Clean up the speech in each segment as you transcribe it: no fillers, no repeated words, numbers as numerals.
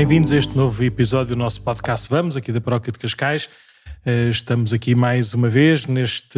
Bem-vindos a este novo episódio do nosso podcast Vamos, aqui da Paróquia de Cascais. Estamos aqui mais uma vez neste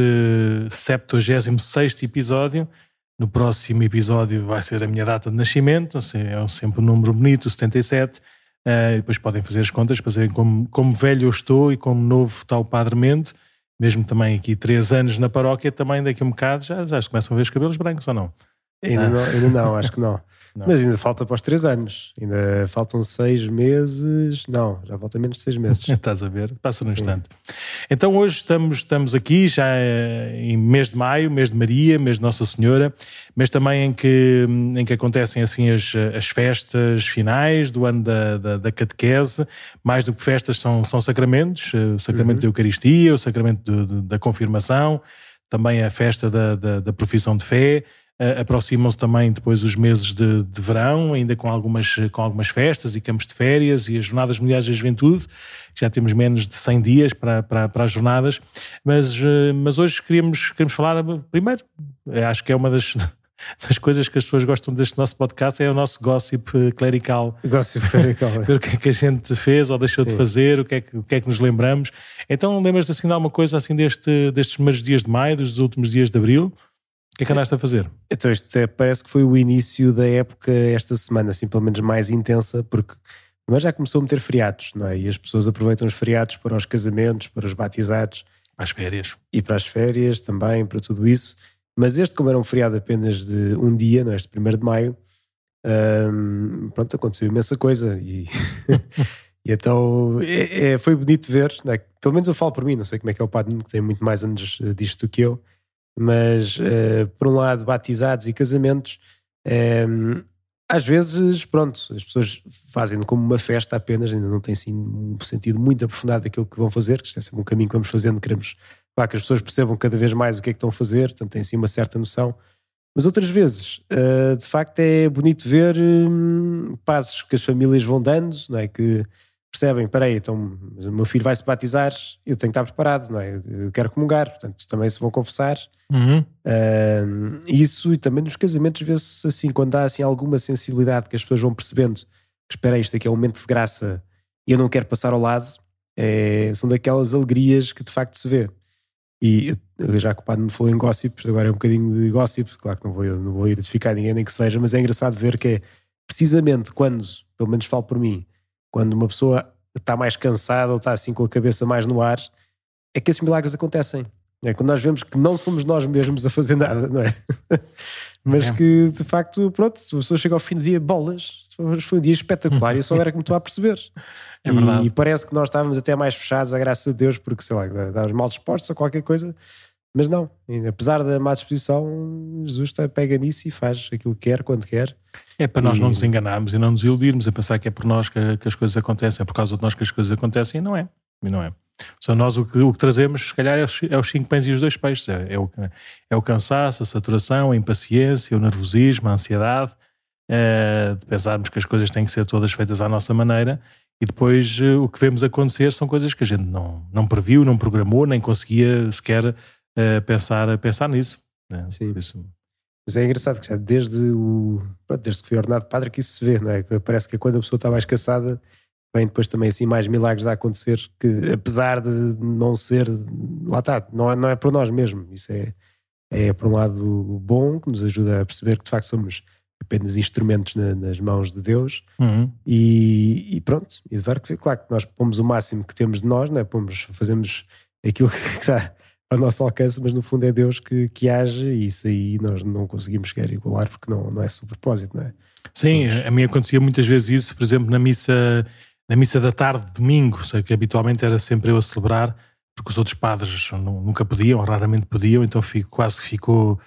76º episódio. No próximo episódio vai ser a minha data de nascimento, é sempre um número bonito, 77. Depois podem fazer as contas para verem como velho eu estou e como novo está o Padre Mendo. Mesmo também aqui 3 anos na paróquia, também daqui a um bocado já se começam a ver os cabelos brancos ou não? Ainda não, acho que não. Não. Mas ainda falta para os 3 anos. Ainda faltam 6 meses. Não, já falta menos de 6 meses. Estás a ver? Passa no instante. Então hoje estamos aqui já em mês de maio, mês de Maria, mês de Nossa Senhora, mês também em que acontecem assim as festas finais do ano da catequese. Mais do que festas são sacramentos. O sacramento da Eucaristia, o sacramento da confirmação, também a festa da profissão de fé. Aproximam-se também depois os meses de verão, ainda com algumas festas e campos de férias e as Jornadas Mundiais da Juventude, que já temos menos de 100 dias para as jornadas, mas hoje queríamos falar primeiro, acho que é uma das coisas que as pessoas gostam deste nosso podcast, é o nosso gossip clerical. Gossip clerical. Ver o que é que a gente fez ou deixou de fazer, o que é que nos lembramos. Então lembras-te assim de alguma coisa assim destes primeiros dias de maio, dos últimos dias de abril? O que é que andaste a fazer? Então isto parece que foi o início da época esta semana, assim pelo menos mais intensa, porque mas já começou a meter feriados, não é? E as pessoas aproveitam os feriados para os casamentos, para os batizados. Para as férias. E para as férias também, para tudo isso. Mas este, como era um feriado apenas de um dia, não é? Este 1º de maio, pronto, aconteceu imensa coisa. E, e então foi bonito ver, não é? Pelo menos eu falo por mim, não sei como é que é o Padre, que tem muito mais anos disto do que eu. Mas por um lado batizados e casamentos às vezes pronto, as pessoas fazem como uma festa apenas, ainda não tem assim um sentido muito aprofundado daquilo que vão fazer, que isto é sempre um caminho que vamos fazendo, queremos que as pessoas percebam cada vez mais o que é que estão a fazer, portanto têm assim uma certa noção, mas outras vezes de facto é bonito ver passos que as famílias vão dando, não é? Que percebem, peraí, então o meu filho vai se batizar, eu tenho que estar preparado, não é? Eu quero comungar, portanto também se vão confessar. Isso, e também nos casamentos vê-se assim, quando há assim alguma sensibilidade que as pessoas vão percebendo que espera, isto aqui é um momento de graça e eu não quero passar ao lado, são daquelas alegrias que de facto se vê. E já que o Padre me falou em gossip, agora é um bocadinho de gossip, claro que não vou identificar ninguém nem que seja, mas é engraçado ver que é precisamente quando, pelo menos falo por mim, quando uma pessoa está mais cansada ou está assim com a cabeça mais no ar, é que esses milagres acontecem. É quando nós vemos que não somos nós mesmos a fazer nada, não é? Mas que de facto, pronto, a pessoa chega ao fim do dia, bolas, foi um dia espetacular e eu só era que me estou a perceber. É verdade. E parece que nós estávamos até mais fechados, a graça de Deus, porque sei lá, estávamos mal dispostos a qualquer coisa, mas não, e, apesar da má disposição, Jesus pega nisso e faz aquilo que quer, quando quer. É para nós não nos enganarmos e não nos iludirmos a pensar que é por nós que as coisas acontecem, é por causa de nós que as coisas acontecem, e não é. Só nós o que trazemos, se calhar, é os 5 pães e os 2 peixes. É o cansaço, a saturação, a impaciência, o nervosismo, a ansiedade, de pensarmos que as coisas têm que ser todas feitas à nossa maneira, e depois o que vemos acontecer são coisas que a gente não previu, não programou, nem conseguia sequer pensar nisso. Né? Sim. Por isso... Mas é engraçado que já desde que fui ordenado padre que isso se vê, não é? Que parece que quando a pessoa está mais cansada, vem depois também assim mais milagres a acontecer, que apesar de não ser, lá está, não é por nós mesmo, isso é por um lado bom, que nos ajuda a perceber que de facto somos apenas instrumentos nas mãos de Deus. E pronto, e de ver que claro que nós pomos o máximo que temos de nós, não é? Fazemos aquilo que está ao nosso alcance, mas no fundo é Deus que age, e isso aí nós não conseguimos sequer igualar porque não é seu propósito, não é? Sim, a mim acontecia muitas vezes isso, por exemplo, na missa da tarde de domingo, sei que habitualmente era sempre eu a celebrar, porque os outros padres nunca podiam, raramente podiam, então quase que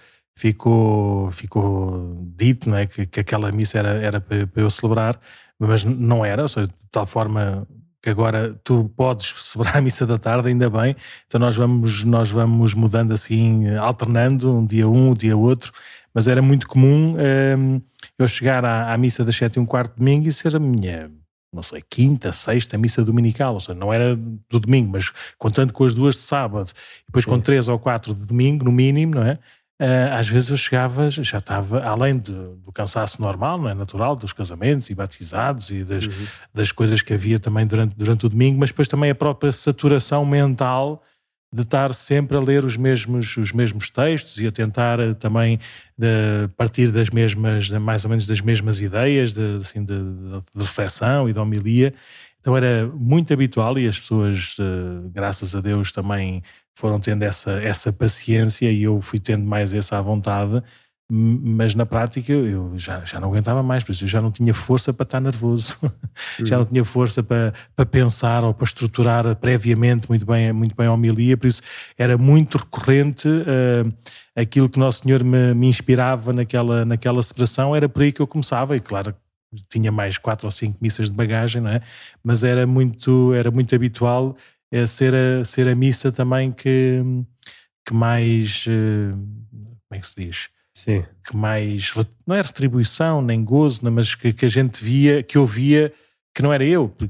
ficou dito, não é, que aquela missa era para eu celebrar, mas não era, ou seja, de tal forma que agora tu podes celebrar a missa da tarde, ainda bem, então nós vamos mudando assim, alternando um dia outro, mas era muito comum eu chegar à missa das 7h15 domingo e ser a minha, não sei, 5ª, 6ª missa dominical, ou seja, não era do domingo, mas contando com as 2 de sábado, e depois com 3 ou 4 de domingo, no mínimo, não é? às vezes eu chegava, já estava, além do cansaço normal, não é, natural, dos casamentos e batizados e das coisas que havia também durante o domingo, mas depois também a própria saturação mental de estar sempre a ler os mesmos textos e a tentar também partir das mesmas, mais ou menos das mesmas ideias de reflexão e de homilia. Então era muito habitual e as pessoas, graças a Deus, também foram tendo essa paciência e eu fui tendo mais essa à vontade, mas na prática eu já não aguentava mais, por isso eu já não tinha força para estar nervoso, já não tinha força para pensar ou para estruturar previamente muito bem a homilia, por isso era muito recorrente aquilo que Nosso Senhor me inspirava naquela celebração, era por aí que eu começava e claro, tinha mais 4 ou 5 missas de bagagem, não é? Mas era muito habitual ser a missa também que mais, como é que se diz? Sim. Que mais, não é retribuição nem gozo, mas que a gente via, que eu via que não era eu, porque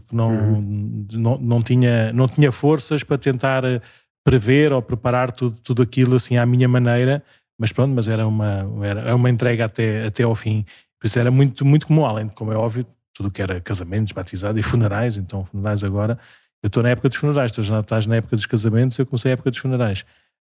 não tinha forças para tentar prever ou preparar tudo aquilo assim à minha maneira, mas pronto, mas era uma entrega até ao fim. Por isso era muito, muito comum, além de, como é óbvio, tudo que era casamentos, batizados e funerais. Então funerais agora, eu estou na época dos funerais, tu já estás na época dos casamentos, eu comecei a época dos funerais.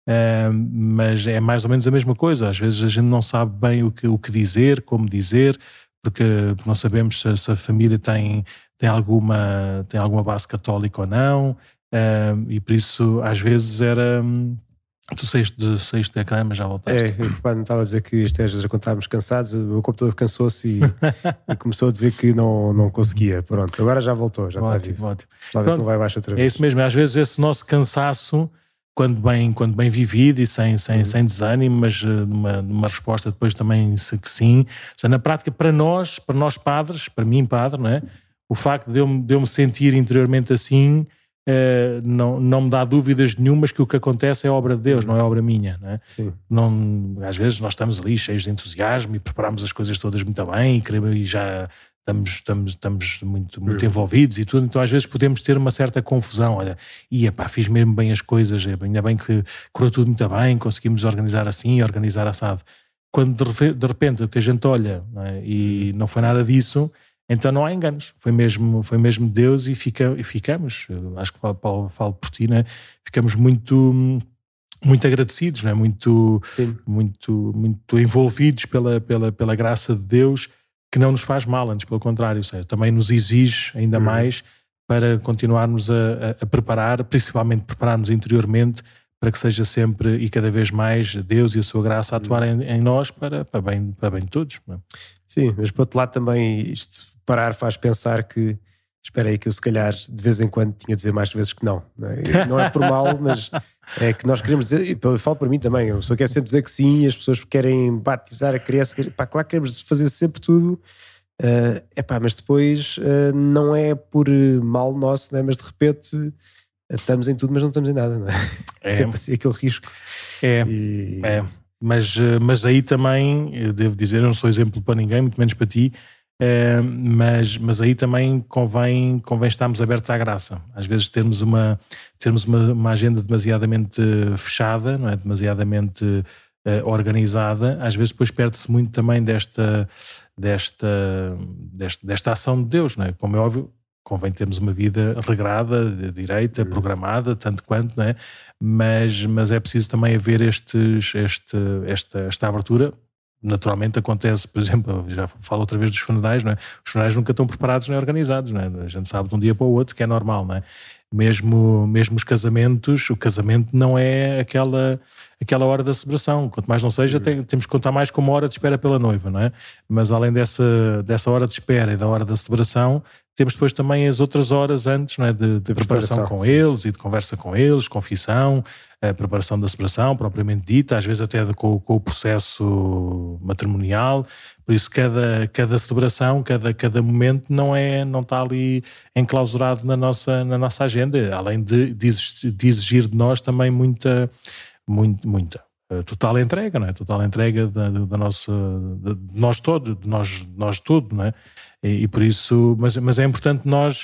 Mas é mais ou menos a mesma coisa, às vezes a gente não sabe bem o que dizer, como dizer, porque não sabemos se a família tem alguma base católica ou não, e por isso às vezes era... Tu saíste de ecrã, mas já voltaste. Não estava a dizer que isto às vezes quando estávamos cansados, o meu computador cansou-se e começou a dizer que não conseguia. Pronto, agora já voltou, já está vivo. Ótimo. Talvez não vai abaixo outra vez. É isso mesmo, às vezes esse nosso cansaço, quando bem vivido e sem desânimo, mas numa resposta depois também que sim. Na prática, para nós padres, para mim padre, não é? O facto de eu me sentir interiormente assim... não me dá dúvidas nenhumas que o que acontece é obra de Deus, não é obra minha, não é? Sim. Às vezes nós estamos ali cheios de entusiasmo e preparamos as coisas todas muito bem e já estamos muito envolvidos e tudo, então às vezes podemos ter uma certa confusão, olha, fiz mesmo bem as coisas, ainda bem que correu tudo muito bem, conseguimos organizar assim, organizar assado. Quando de repente o que a gente olha, não é? E não foi nada disso, então não há enganos, foi mesmo Deus e ficamos, acho que falo por ti, né? Ficamos muito agradecidos, né? muito envolvidos pela graça de Deus, que não nos faz mal, antes pelo contrário, ou seja, também nos exige ainda mais para continuarmos a preparar, principalmente preparar-nos interiormente, para que seja sempre e cada vez mais Deus e a sua graça a atuar em nós para bem de todos. Não é? Sim, mas por outro lado também isto parar faz pensar que, espera aí que eu se calhar de vez em quando tinha de dizer mais vezes que não. Não é por mal, mas é que nós queremos dizer, e eu falo para mim também, eu só quero sempre dizer que sim, e as pessoas querem batizar a criança, claro que queremos fazer sempre tudo, mas depois não é por mal nosso, não é? Mas de repente estamos em tudo, mas não estamos em nada, não é? Sempre assim, aquele risco. Mas aí também, eu devo dizer, eu não sou exemplo para ninguém, muito menos para ti, mas aí também convém estarmos abertos à graça. Às vezes termos uma agenda demasiadamente fechada, não é? Demasiadamente organizada, às vezes depois perde-se muito também desta ação de Deus, não é? Como é óbvio, convém termos uma vida regrada, direita, programada, tanto quanto, não é? Mas é preciso também haver esta abertura. Naturalmente acontece, por exemplo, já falo outra vez dos funerais, não é? Os funerais nunca estão preparados nem organizados, não é? A gente sabe de um dia para o outro que é normal, não é? Mesmo os casamentos, o casamento não é aquela hora da celebração, quanto mais não seja, temos que contar mais com uma hora de espera pela noiva, não é? Mas além dessa hora de espera e da hora da celebração, temos depois também as outras horas antes, não é? De preparação com eles e de conversa com eles, confissão, a preparação da celebração propriamente dita, às vezes até com o processo matrimonial. Por isso cada celebração, cada momento não está ali enclausurado na nossa agenda, além de exigir de nós também muita total entrega, não é? Total entrega da nossa, de nós todos, de nós tudo, não é? E por isso, mas é importante nós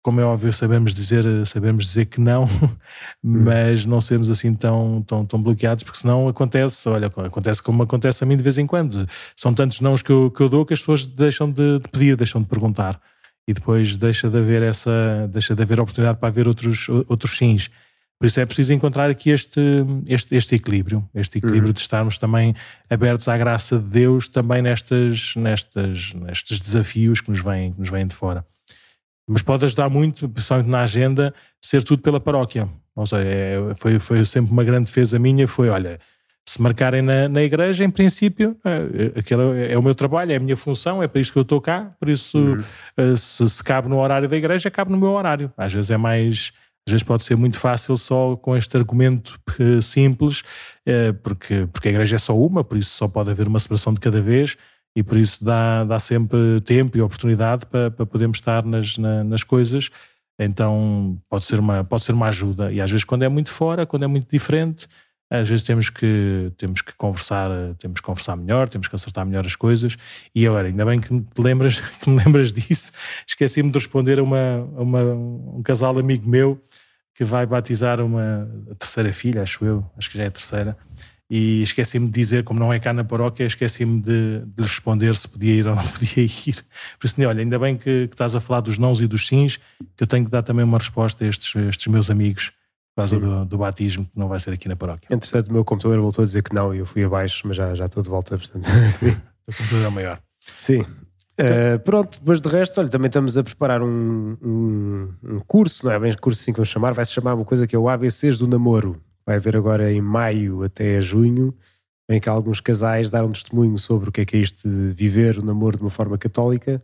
como é óbvio, sabemos dizer que não, mas não sermos assim tão bloqueados, porque senão acontece como acontece a mim de vez em quando. São tantos nãos que eu dou que as pessoas deixam de pedir, deixam de perguntar. E depois deixa de haver oportunidade para haver outros sims. Por isso é preciso encontrar aqui este equilíbrio, de estarmos também abertos à graça de Deus também nestes desafios que nos vêm de fora. Mas pode ajudar muito, principalmente na agenda, ser tudo pela paróquia. Ou seja, foi sempre uma grande defesa minha, olha, se marcarem na igreja, em princípio, aquilo é o meu trabalho, é a minha função, é para isso que eu estou cá, por isso se cabe no horário da igreja, cabe no meu horário. Às vezes pode ser muito fácil só com este argumento simples, porque a igreja é só uma, por isso só pode haver uma celebração de cada vez, e por isso dá sempre tempo e oportunidade para podermos estar nas coisas. Então pode ser uma ajuda, e às vezes quando é muito fora, quando é muito diferente, às vezes temos que conversar melhor, temos que acertar melhor as coisas. E agora, ainda bem que me lembras disso, esqueci-me de responder a um casal amigo meu que vai batizar a terceira filha, acho que já é a terceira, e esqueci-me de dizer, como não é cá na paróquia, esqueci-me de lhe responder se podia ir ou não podia ir. Por isso, olha, ainda bem que estás a falar dos nãos e dos sims, que eu tenho que dar também uma resposta a estes meus amigos, por causa do batismo, que não vai ser aqui na paróquia. Entretanto, o meu computador voltou a dizer que não e eu fui abaixo, mas já estou de volta, portanto, sim. O computador é o maior. Sim. Pronto, depois de resto, olha, também estamos a preparar um curso, não é bem curso assim que vamos chamar, vai-se chamar uma coisa que é o ABCs do namoro. Vai haver agora em maio até junho, em que alguns casais deram testemunho sobre o que é isto de viver o namoro de uma forma católica.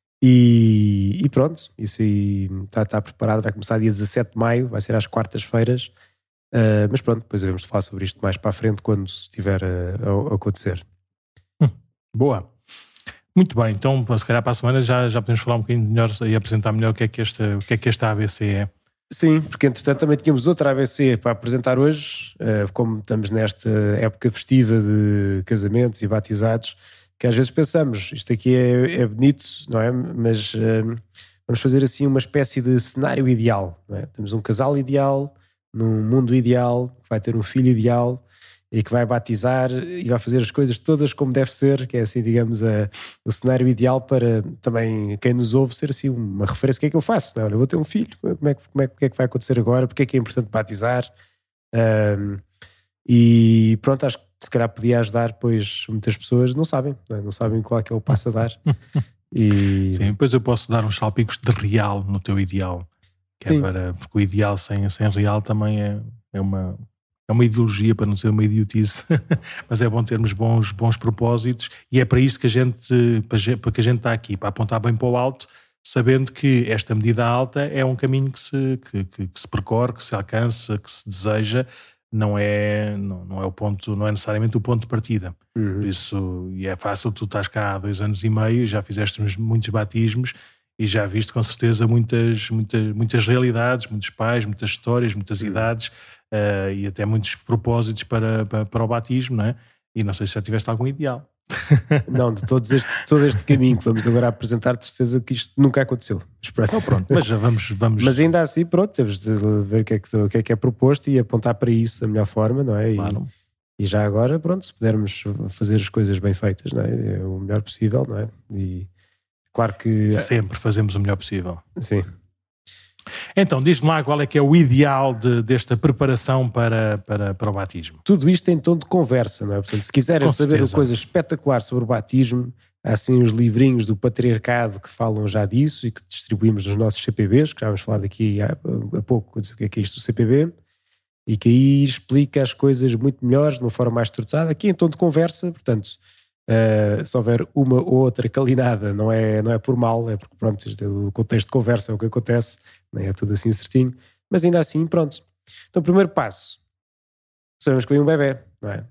E pronto, isso aí está preparado, vai começar dia 17 de maio, vai ser às quartas-feiras, mas pronto, depois devemos falar sobre isto mais para a frente quando estiver a acontecer. Boa, muito bem, então se calhar para a semana já podemos falar um bocadinho melhor e apresentar melhor o que é que este ABC é. Sim, porque entretanto também tínhamos outra ABC para apresentar hoje, como estamos nesta época festiva de casamentos e batizados, que às vezes pensamos, isto aqui é bonito, não é? Mas vamos fazer assim uma espécie de cenário ideal, não é? Temos um casal ideal, num mundo ideal, que vai ter um filho ideal e que vai batizar e vai fazer as coisas todas como deve ser, que é assim, digamos, o cenário ideal para também quem nos ouve ser assim uma referência. O que é que eu faço? Não, eu vou ter um filho, o que é que vai acontecer agora? Porque é importante batizar? E pronto, acho que se calhar podia ajudar, pois muitas pessoas não sabem qual é que é o passo a dar. Sim, depois eu posso dar uns salpicos de real no teu ideal, que porque o ideal sem real também é uma ideologia, para não ser uma idiotice, mas é bom termos bons propósitos, e é para isto que a gente está aqui, para apontar bem para o alto, sabendo que esta medida alta é um caminho que se percorre, que se alcança, que se deseja. Não é o ponto, não é necessariamente o ponto de partida. Por isso, e é fácil, tu estás cá há 2 anos e meio, já fizeste muitos batismos e já viste com certeza muitas realidades, muitos pais, muitas histórias, muitas idades, e até muitos propósitos para o batismo, não é? E não sei se já tiveste algum ideal. Não, de todo este caminho que vamos agora apresentar, de certeza que isto nunca aconteceu. Então, pronto, mas já vamos. Mas ainda assim, pronto, temos de ver o que é proposto e apontar para isso da melhor forma, não é? Claro. E já agora, pronto, se pudermos fazer as coisas bem feitas, não é? É o melhor possível, não é? E claro que... Sempre fazemos o melhor possível. Sim. Então, diz-me lá qual é que é o ideal desta preparação para o batismo. Tudo isto em tom de conversa, não é? Portanto, se quiserem saber coisas espetaculares sobre o batismo, há assim os livrinhos do patriarcado que falam já disso e que distribuímos nos nossos CPBs, que já vamos falar daqui há pouco, o que é isto do CPB, e que aí explica as coisas muito melhores, de uma forma mais estruturada, aqui em tom de conversa. Portanto, se houver uma ou outra calinada, não é por mal, é porque pronto, o contexto de conversa é o que acontece, não é tudo assim certinho, mas ainda assim, pronto. Então, o primeiro passo, sabemos que vem um bebê, não é?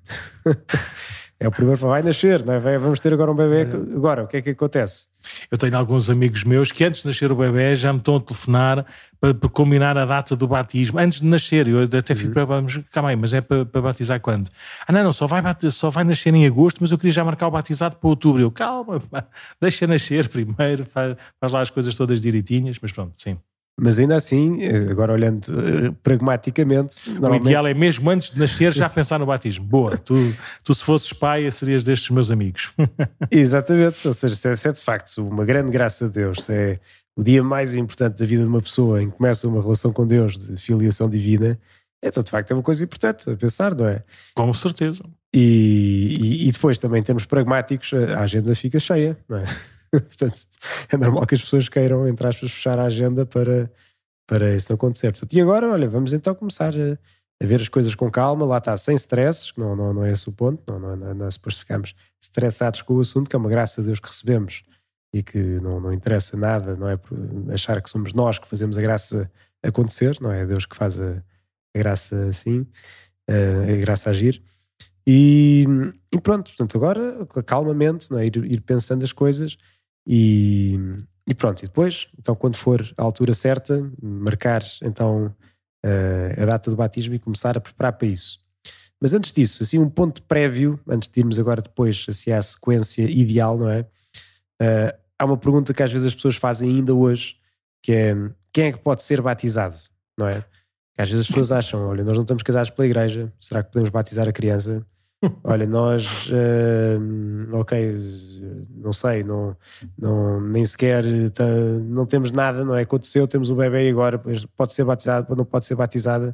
É o primeiro, vai nascer, não é? Vamos ter agora um bebê. Agora, o que é que acontece? Eu tenho alguns amigos meus que antes de nascer o bebê já me estão a telefonar para combinar a data do batismo. Antes de nascer, eu até fico preocupado, mas calma aí, mas é para batizar quando? Não, só vai nascer em agosto, mas eu queria já marcar o batizado para outubro. Eu, calma, deixa nascer primeiro, faz lá as coisas todas direitinhas, mas pronto, sim. Mas ainda assim, agora olhando pragmaticamente... O ideal é mesmo antes de nascer já pensar no batismo. Boa, tu se fosses pai serias destes meus amigos. Exatamente, ou seja, se é de facto uma grande graça de Deus, se é o dia mais importante da vida de uma pessoa em que começa uma relação com Deus de filiação divina, então de facto é uma coisa importante a pensar, não é? Com certeza. E depois também, em termos pragmáticos, a agenda fica cheia, não é? Portanto, é normal que as pessoas queiram, entre aspas, fechar a agenda para isso não acontecer. Portanto, e agora, olha, vamos então começar a ver as coisas com calma, lá está, sem stresses, que não é esse o ponto, não é suposto ficarmos estressados com o assunto, que é uma graça de Deus que recebemos e que não interessa nada, não é por achar que somos nós que fazemos a graça acontecer, não é Deus que faz a graça assim, a graça agir. E pronto, portanto, agora calmamente, não é? ir pensando as coisas e pronto. E depois, então, quando for a altura certa, marcar então a data do batismo e começar a preparar para isso. Mas antes disso, assim, um ponto prévio, antes de irmos agora depois assim, à sequência ideal, não é? Há uma pergunta que às vezes as pessoas fazem ainda hoje, que é: quem é que pode ser batizado? Não é? Que às vezes as pessoas acham: olha, nós não estamos casados pela igreja, será que podemos batizar a criança? Olha, nós, ok, não sei, nem sequer não temos nada, não é? Aconteceu, temos um bebê e agora pode ser batizado, não pode ser batizada.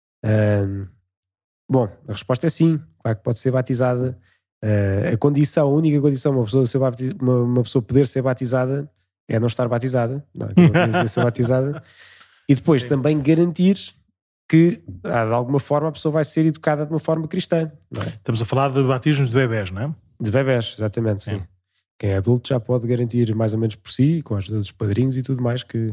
Bom, a resposta é sim, claro que pode ser batizada. A única condição uma pessoa poder ser batizada é não estar batizada, não ser batizada. E depois sim, também garantir que, de alguma forma, a pessoa vai ser educada de uma forma cristã. Não é? Estamos a falar de batismos de bebés, não é? De bebés, exatamente, sim. Quem é adulto já pode garantir mais ou menos por si, com a ajuda dos padrinhos e tudo mais, que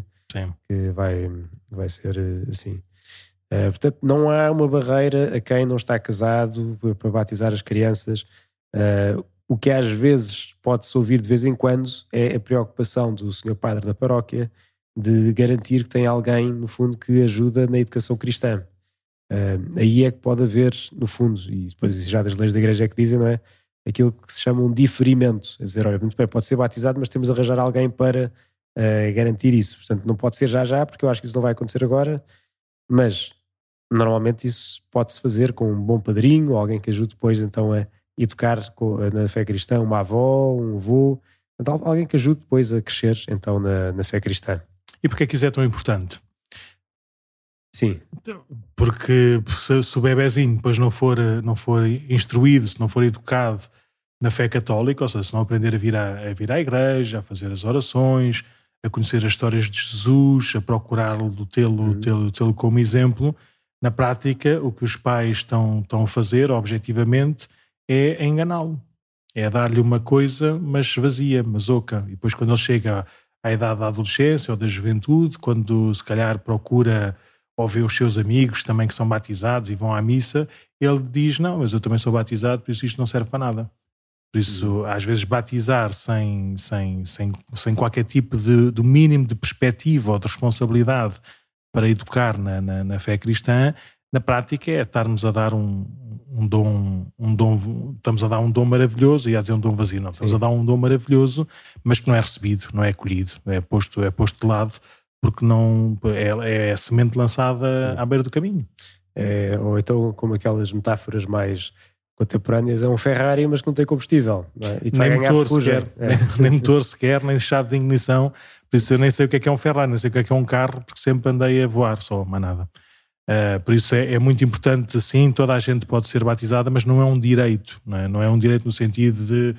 vai ser assim. Portanto, não há uma barreira a quem não está casado para batizar as crianças. O que às vezes pode-se ouvir de vez em quando é a preocupação do senhor padre da paróquia de garantir que tem alguém, no fundo, que ajuda na educação cristã. Aí é que pode haver, no fundo, e depois já das leis da igreja é que dizem, não é? Aquilo que se chama um diferimento. É dizer, olha, muito bem, pode ser batizado, mas temos de arranjar alguém para garantir isso. Portanto, não pode ser já, porque eu acho que isso não vai acontecer agora, mas normalmente isso pode-se fazer com um bom padrinho, ou alguém que ajude depois então a educar na fé cristã, uma avó, um avô, então, alguém que ajude depois a crescer então na fé cristã. E porquê é que isso é tão importante? Sim. Porque se o bebezinho depois não for instruído, se não for educado na fé católica, ou seja, se não aprender a vir à igreja, a fazer as orações, a conhecer as histórias de Jesus, a procurá-lo, tê-lo como exemplo, na prática o que os pais estão a fazer objetivamente é enganá-lo. É dar-lhe uma coisa, mas vazia, mas oca. E depois quando ele chega à idade da adolescência ou da juventude, quando se calhar procura ou vê os seus amigos também que são batizados e vão à missa, ele diz, não, mas eu também sou batizado, por isso isto não serve para nada. Por isso, às vezes, batizar sem qualquer tipo do mínimo de perspectiva ou de responsabilidade para educar na fé cristã, na prática é estarmos a dar um dom, estamos a dar um dom maravilhoso, ia dizer um dom vazio, não, estamos a dar um dom maravilhoso, mas que não é recebido, não é acolhido, é posto de lado, porque não é a semente lançada à beira do caminho. Ou então, como aquelas metáforas mais contemporâneas, é um Ferrari, mas que não tem combustível, não é? E que vai ganhar ferrugem. Nem motor sequer, nem chave de ignição, por isso eu nem sei o que é um Ferrari, nem sei o que é um carro, porque sempre andei a voar só, mais nada. Por isso é muito importante, sim, toda a gente pode ser batizada, mas não é um direito, não é um direito no sentido de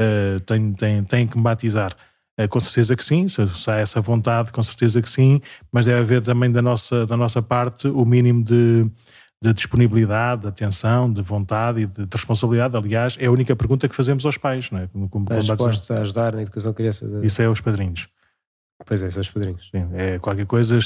tem que me batizar. Com certeza que sim, se há essa vontade, com certeza que sim, mas deve haver também da nossa parte o mínimo de disponibilidade, de atenção, de vontade e de responsabilidade. Aliás, é a única pergunta que fazemos aos pais, não é? Estás dispostos a ajudar na educação da criança? Isso é aos padrinhos. Pois é, são os padrinhos. Sim, é qualquer coisa,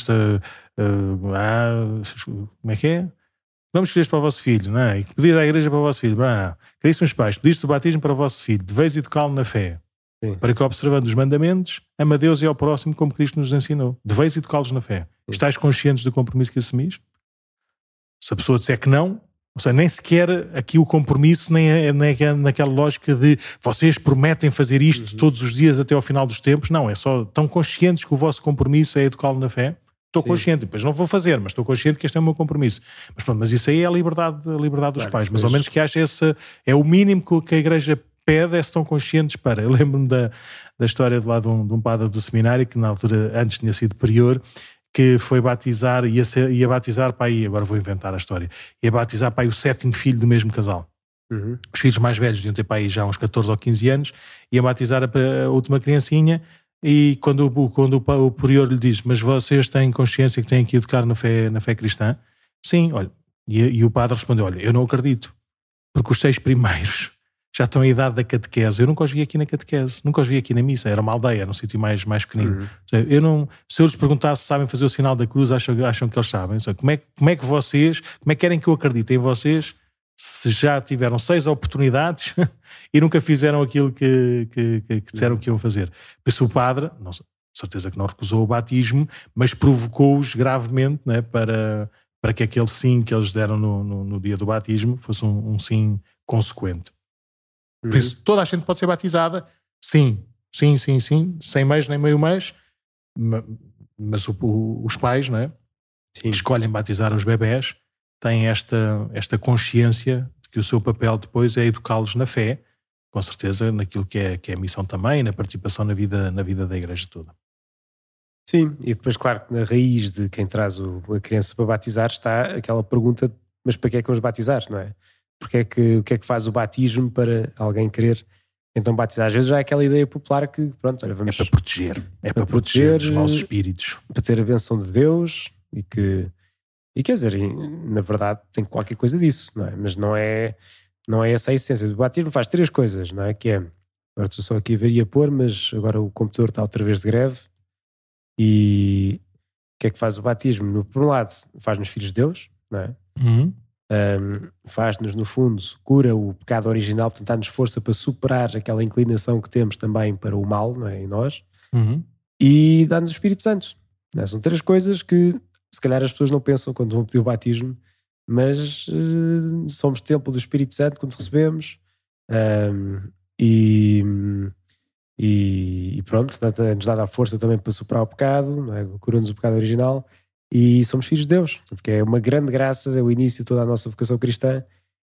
como é que é? Vamos escolher para o vosso filho, não é? E que pedir à igreja para o vosso filho. Caríssimos pais, pediste o batismo para o vosso filho, deveis educá-lo na fé. Sim. Para que, observando os mandamentos, ama a Deus e ao próximo como Cristo nos ensinou. Deveis educá-los na fé. Sim. Estais conscientes do compromisso que assumis? Se a pessoa disser que não, ou seja, nem sequer aqui o compromisso nem é naquela lógica de vocês prometem fazer isto todos os dias até ao final dos tempos. Não, é só tão conscientes que o vosso compromisso é educá-lo na fé. estou consciente, depois não vou fazer, mas estou consciente que este é o meu compromisso. Mas pronto, mas isso aí é a liberdade dos pais, mas ao menos que acha esse é o mínimo que a Igreja pede, é se estão conscientes para. Eu lembro-me da história de lá de um padre do seminário, que na altura antes tinha sido prior, que foi batizar, ia batizar para aí, agora vou inventar a história, ia batizar para aí o 7º filho do mesmo casal. Os filhos mais velhos deviam ter para aí já uns 14 ou 15 anos, ia batizar a última criancinha, e quando o prior lhe diz, mas vocês têm consciência que têm que educar na fé cristã? Sim, olha, e o padre respondeu, olha, eu não acredito, porque os 6 primeiros já estão em idade da catequese. Eu nunca os vi aqui na catequese, nunca os vi aqui na missa. Era uma aldeia, era um sítio mais pequenino. Se eu lhes perguntasse se sabem fazer o sinal da cruz, acham que eles sabem. Como é que querem que eu acredite em vocês se já tiveram 6 oportunidades e nunca fizeram aquilo que disseram que iam fazer? Por isso o padre, não sei, certeza que não recusou o batismo, mas provocou-os gravemente, né, para que aquele sim que eles deram no dia do batismo fosse um sim consequente. Por isso, toda a gente pode ser batizada, sim, sem mês nem meio mês, mas os pais, não é? Que escolhem batizar os bebés, têm esta consciência de que o seu papel depois é educá-los na fé, com certeza naquilo que é a missão também, na participação na vida da Igreja toda. Sim, e depois, claro, na raiz de quem traz a criança para batizar está aquela pergunta, mas para que é que vamos batizar, não é? O que é que faz o batismo para alguém querer então batizar? Às vezes já é aquela ideia popular que, pronto, olha, vamos... É para proteger. É para proteger os maus espíritos. Para ter a benção de Deus e quer dizer, na verdade tem qualquer coisa disso, não é? Mas não é essa a essência. O batismo faz 3 coisas, não é? Que é, agora estou só aqui a ver e a pôr, mas agora o computador está outra vez de greve. E o que é que faz o batismo? Por um lado, faz-nos filhos de Deus, não é? Faz-nos, no fundo, cura o pecado original, portanto dá-nos força para superar aquela inclinação que temos também para o mal, não é? Em nós. E dá-nos o Espírito Santo, não é? São 3 coisas que se calhar as pessoas não pensam quando vão pedir o batismo, mas somos templo do Espírito Santo quando recebemos, e pronto, nos dá a força também para superar o pecado, não é? Cura-nos o pecado original. E somos filhos de Deus, portanto, que é uma grande graça, é o início de toda a nossa vocação cristã.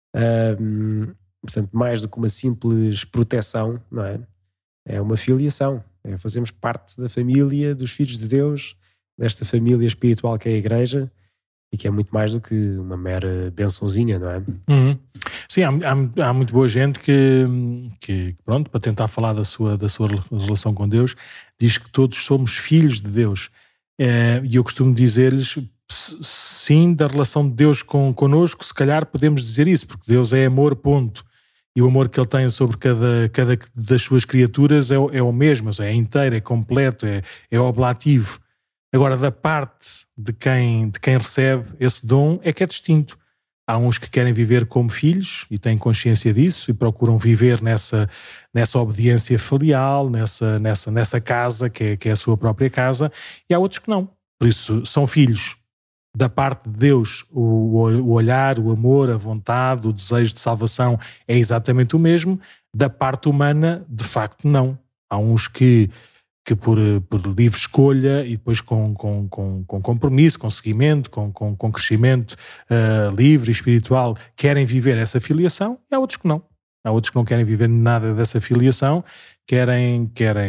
Portanto, mais do que uma simples proteção, não é? É uma filiação, fazemos parte da família dos filhos de Deus, desta família espiritual que é a Igreja, e que é muito mais do que uma mera bençãozinha, não é? Sim, há muito boa gente que pronto, para tentar falar da sua relação com Deus, diz que todos somos filhos de Deus. E eu costumo dizer-lhes, sim, da relação de Deus connosco, se calhar podemos dizer isso, porque Deus é amor, ponto. E o amor que Ele tem sobre cada das suas criaturas é o mesmo, é inteiro, é completo, é oblativo. Agora, da parte de quem recebe esse dom é que é distinto. Há uns que querem viver como filhos e têm consciência disso e procuram viver nessa obediência filial, nessa casa que é a sua própria casa, e há outros que não. Por isso, são filhos. Da parte de Deus, o olhar, o amor, a vontade, o desejo de salvação é exatamente o mesmo. Da parte humana, de facto, não. Há uns que por livre escolha e depois com compromisso, com seguimento, com crescimento livre e espiritual, querem viver essa filiação, e há outros que não. Há outros que não querem viver nada dessa filiação, querem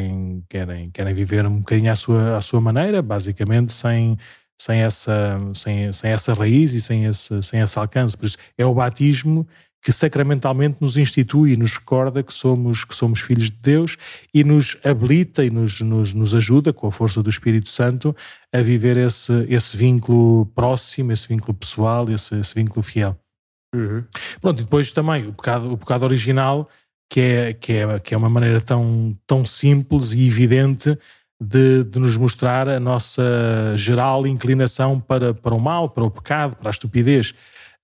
viver um bocadinho à sua maneira, basicamente sem essa raiz e sem esse alcance. Por isso é o batismo que sacramentalmente nos institui e nos recorda que somos filhos de Deus e nos habilita e nos ajuda, com a força do Espírito Santo, a viver esse vínculo próximo, esse vínculo pessoal, esse vínculo fiel. Pronto, e depois também o pecado original, que é uma maneira tão simples e evidente de nos mostrar a nossa geral inclinação para o mal, para o pecado, para a estupidez.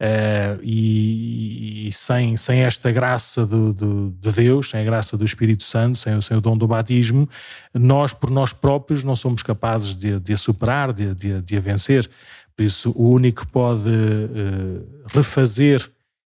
E sem esta graça de Deus, sem a graça do Espírito Santo, sem o dom do batismo, nós por nós próprios não somos capazes de a superar, de a vencer. Por isso, o único que pode refazer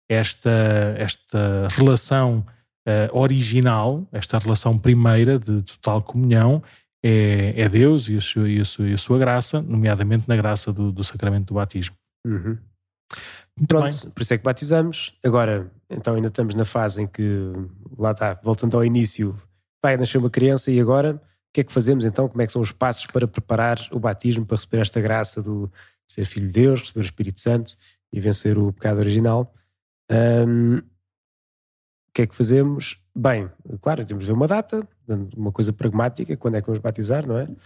esta relação original, esta relação primeira de total comunhão, é Deus e a sua graça, nomeadamente na graça do sacramento do batismo. Uhum. Muito Pronto, bem. por isso é que batizamos. Agora, então ainda estamos na fase em que, lá está, voltando ao início, vai nascer uma criança e agora o que é que fazemos então? Como é que são os passos para preparar o batismo, para receber esta graça do ser filho de Deus, receber o Espírito Santo e vencer o pecado original? O que é que fazemos? Bem, claro, temos de ver uma data, uma coisa pragmática, quando é que vamos batizar, não é?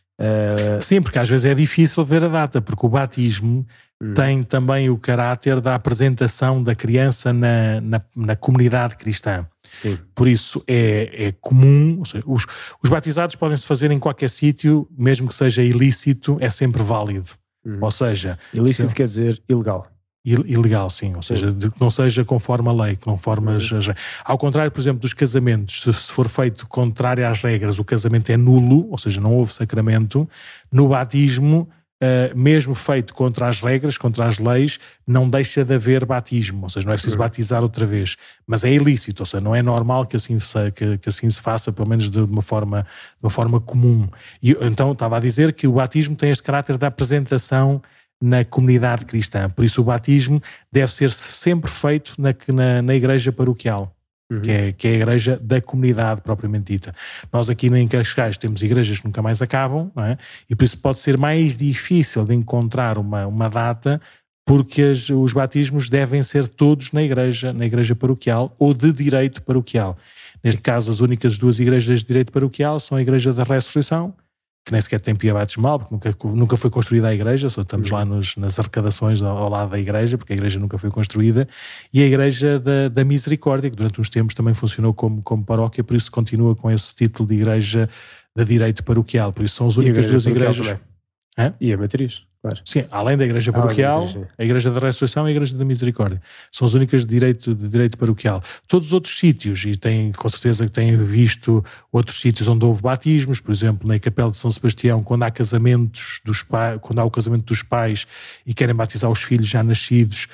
Sim, porque às vezes é difícil ver a data, porque o batismo tem também o caráter da apresentação da criança na comunidade cristã. Sim. Por isso é comum, ou seja, os batizados podem-se fazer em qualquer sítio, mesmo que seja ilícito, é sempre válido. Ou seja... Ilícito quer dizer ilegal. Ilegal, sim, ou seja, que não seja conforme a lei, que não forme as... Ao contrário, por exemplo, dos casamentos, se for feito contrário às regras, o casamento é nulo, ou seja, não houve sacramento. No batismo, mesmo feito contra as regras, contra as leis, não deixa de haver batismo, ou seja, não é preciso batizar outra vez, mas é ilícito, ou seja, não é normal que assim se faça, pelo menos de uma forma comum. E, então, estava a dizer que o batismo tem este caráter da apresentação na comunidade cristã, por isso o batismo deve ser sempre feito na igreja paroquial, que é a igreja da comunidade propriamente dita. Nós aqui em Cascais temos igrejas que nunca mais acabam, não é? E por isso pode ser mais difícil de encontrar uma data, porque os batismos devem ser todos na igreja paroquial ou de direito paroquial. Neste caso, as únicas duas igrejas de direito paroquial são a Igreja da Ressurreição, que nem sequer tem pia batismal, porque nunca foi construída a igreja, só estamos lá nas arrecadações ao lado da igreja, porque a igreja nunca foi construída, e a Igreja da Misericórdia, que durante uns tempos também funcionou como paróquia, por isso continua com esse título de igreja de direito paroquial, por isso são as únicas duas igrejas. E a matriz, claro. Sim, além da igreja paroquial, a Igreja da Ressurreição e a Igreja da Misericórdia. São as únicas de direito paroquial. Todos os outros sítios, e com certeza que têm visto outros sítios onde houve batismos, por exemplo, na Capela de São Sebastião, quando há quando há o casamento dos pais e querem batizar os filhos já nascidos,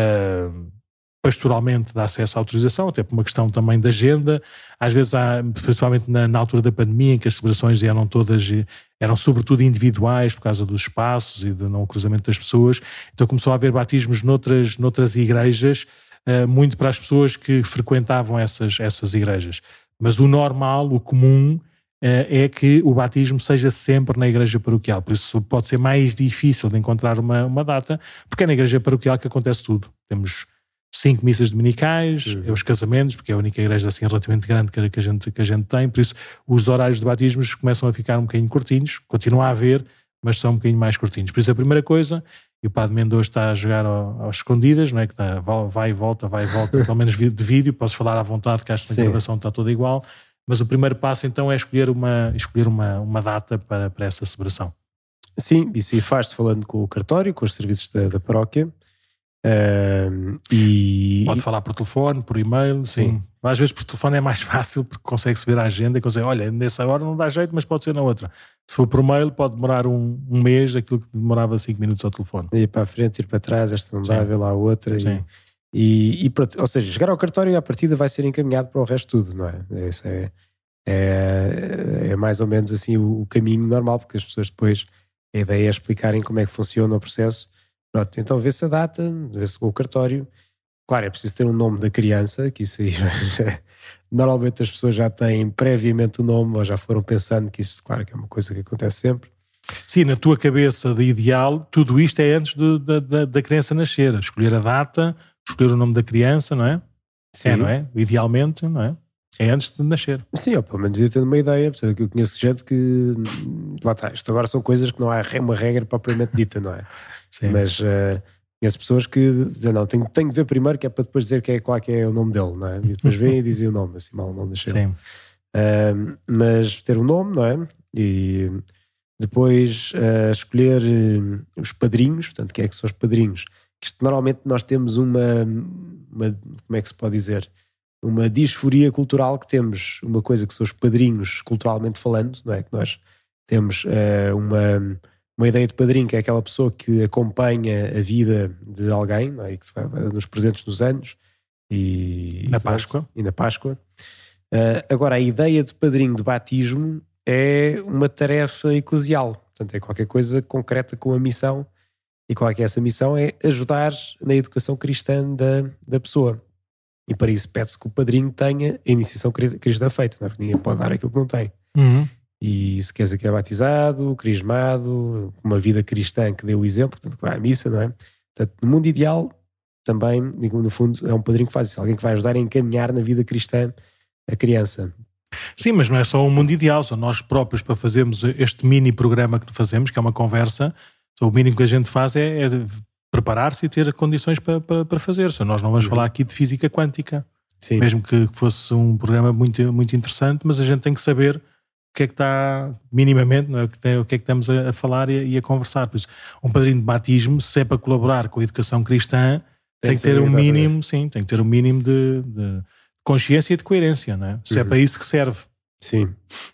pastoralmente dá acesso à autorização, até por uma questão também de agenda. Às vezes principalmente na altura da pandemia, em que as celebrações eram sobretudo individuais por causa dos espaços e do não cruzamento das pessoas, então começou a haver batismos noutras igrejas, muito para as pessoas que frequentavam essas igrejas. Mas o normal, o comum, é que o batismo seja sempre na igreja paroquial, por isso pode ser mais difícil de encontrar uma data, porque é na igreja paroquial que acontece tudo. Temos 5 missas dominicais, os casamentos, porque é a única igreja assim relativamente grande que a gente tem, por isso os horários de batismos começam a ficar um bocadinho curtinhos, continua a haver, mas são um bocadinho mais curtinhos. Por isso a primeira coisa, e o Padre Mendoza está a jogar às escondidas, não é? Que vai e volta, pelo menos de vídeo, posso falar à vontade, que acho que a gravação está toda igual, mas o primeiro passo então é escolher uma data para essa celebração. Sim, isso faz-se falando com o cartório, com os serviços da paróquia. Pode falar por telefone, por e-mail, sim. Às vezes por telefone é mais fácil porque consegue-se ver a agenda e consegue, olha, nessa hora não dá jeito, mas pode ser na outra. Se for por e-mail pode demorar um mês, aquilo que demorava 5 minutos ao telefone. Ir para a frente, ir para trás, esta não dá, ver lá a outra. Ou seja, chegar ao cartório e à partida vai ser encaminhado para o resto tudo, não é? Isso é mais ou menos assim o caminho normal, porque as pessoas depois, a ideia é explicarem como é que funciona o processo. Pronto, então vê-se a data, vê-se o cartório. Claro, é preciso ter um nome da criança, que isso aí normalmente as pessoas já têm previamente o nome ou já foram pensando que isso, claro, que é uma coisa que acontece sempre. Sim, na tua cabeça de ideal, tudo isto é antes da criança nascer. Escolher a data, escolher o nome da criança, não é? Sim. Não é? Idealmente, não é? É antes de nascer. Sim, ou pelo menos ir tendo uma ideia, porque eu conheço gente que, lá está, isto agora são coisas que não há uma regra propriamente dita, não é? Sim. Mas conheço pessoas que dizem, não, tenho de ver primeiro, que é para depois dizer qual é que é o nome dele, não é? E depois vêm e dizem o nome, assim mal nasceu. Sim. Mas ter um nome, não é? E depois escolher os padrinhos, portanto, quem é que são os padrinhos? Que isto, normalmente nós temos uma, como é que se pode dizer? Uma disforia cultural, que temos uma coisa que são os padrinhos culturalmente falando, não é? Que nós temos uma ideia de padrinho, que é aquela pessoa que acompanha a vida de alguém, não é? E que se vai nos presentes nos anos e na Páscoa. Agora, a ideia de padrinho de batismo é uma tarefa eclesial. Portanto, é qualquer coisa concreta com a missão. E qual é que é essa missão? É ajudar na educação cristã da pessoa. E para isso pede-se que o padrinho tenha a iniciação cristã feita, não é? Porque ninguém pode dar aquilo que não tem. E se quer dizer que é batizado, crismado, uma vida cristã que dê o exemplo, portanto que vai à missa, não é? Portanto, no mundo ideal, também, no fundo, é um padrinho que faz isso, alguém que vai ajudar a encaminhar na vida cristã a criança. Sim, mas não é só um mundo ideal, são nós próprios para fazermos este mini programa que fazemos, que é uma conversa. O mínimo que a gente faz é preparar-se e ter condições para fazer. Nós não vamos falar aqui de física quântica, Sim. Mesmo que fosse um programa muito, muito interessante, mas a gente tem que saber o que é que está minimamente, não é? O que é que estamos a falar e a conversar. Por isso, um padrinho de batismo, se é para colaborar com a educação cristã, tem que ter um mínimo, sim, tem que ter um mínimo de consciência e de coerência, não é? Se é para isso que serve. Sim.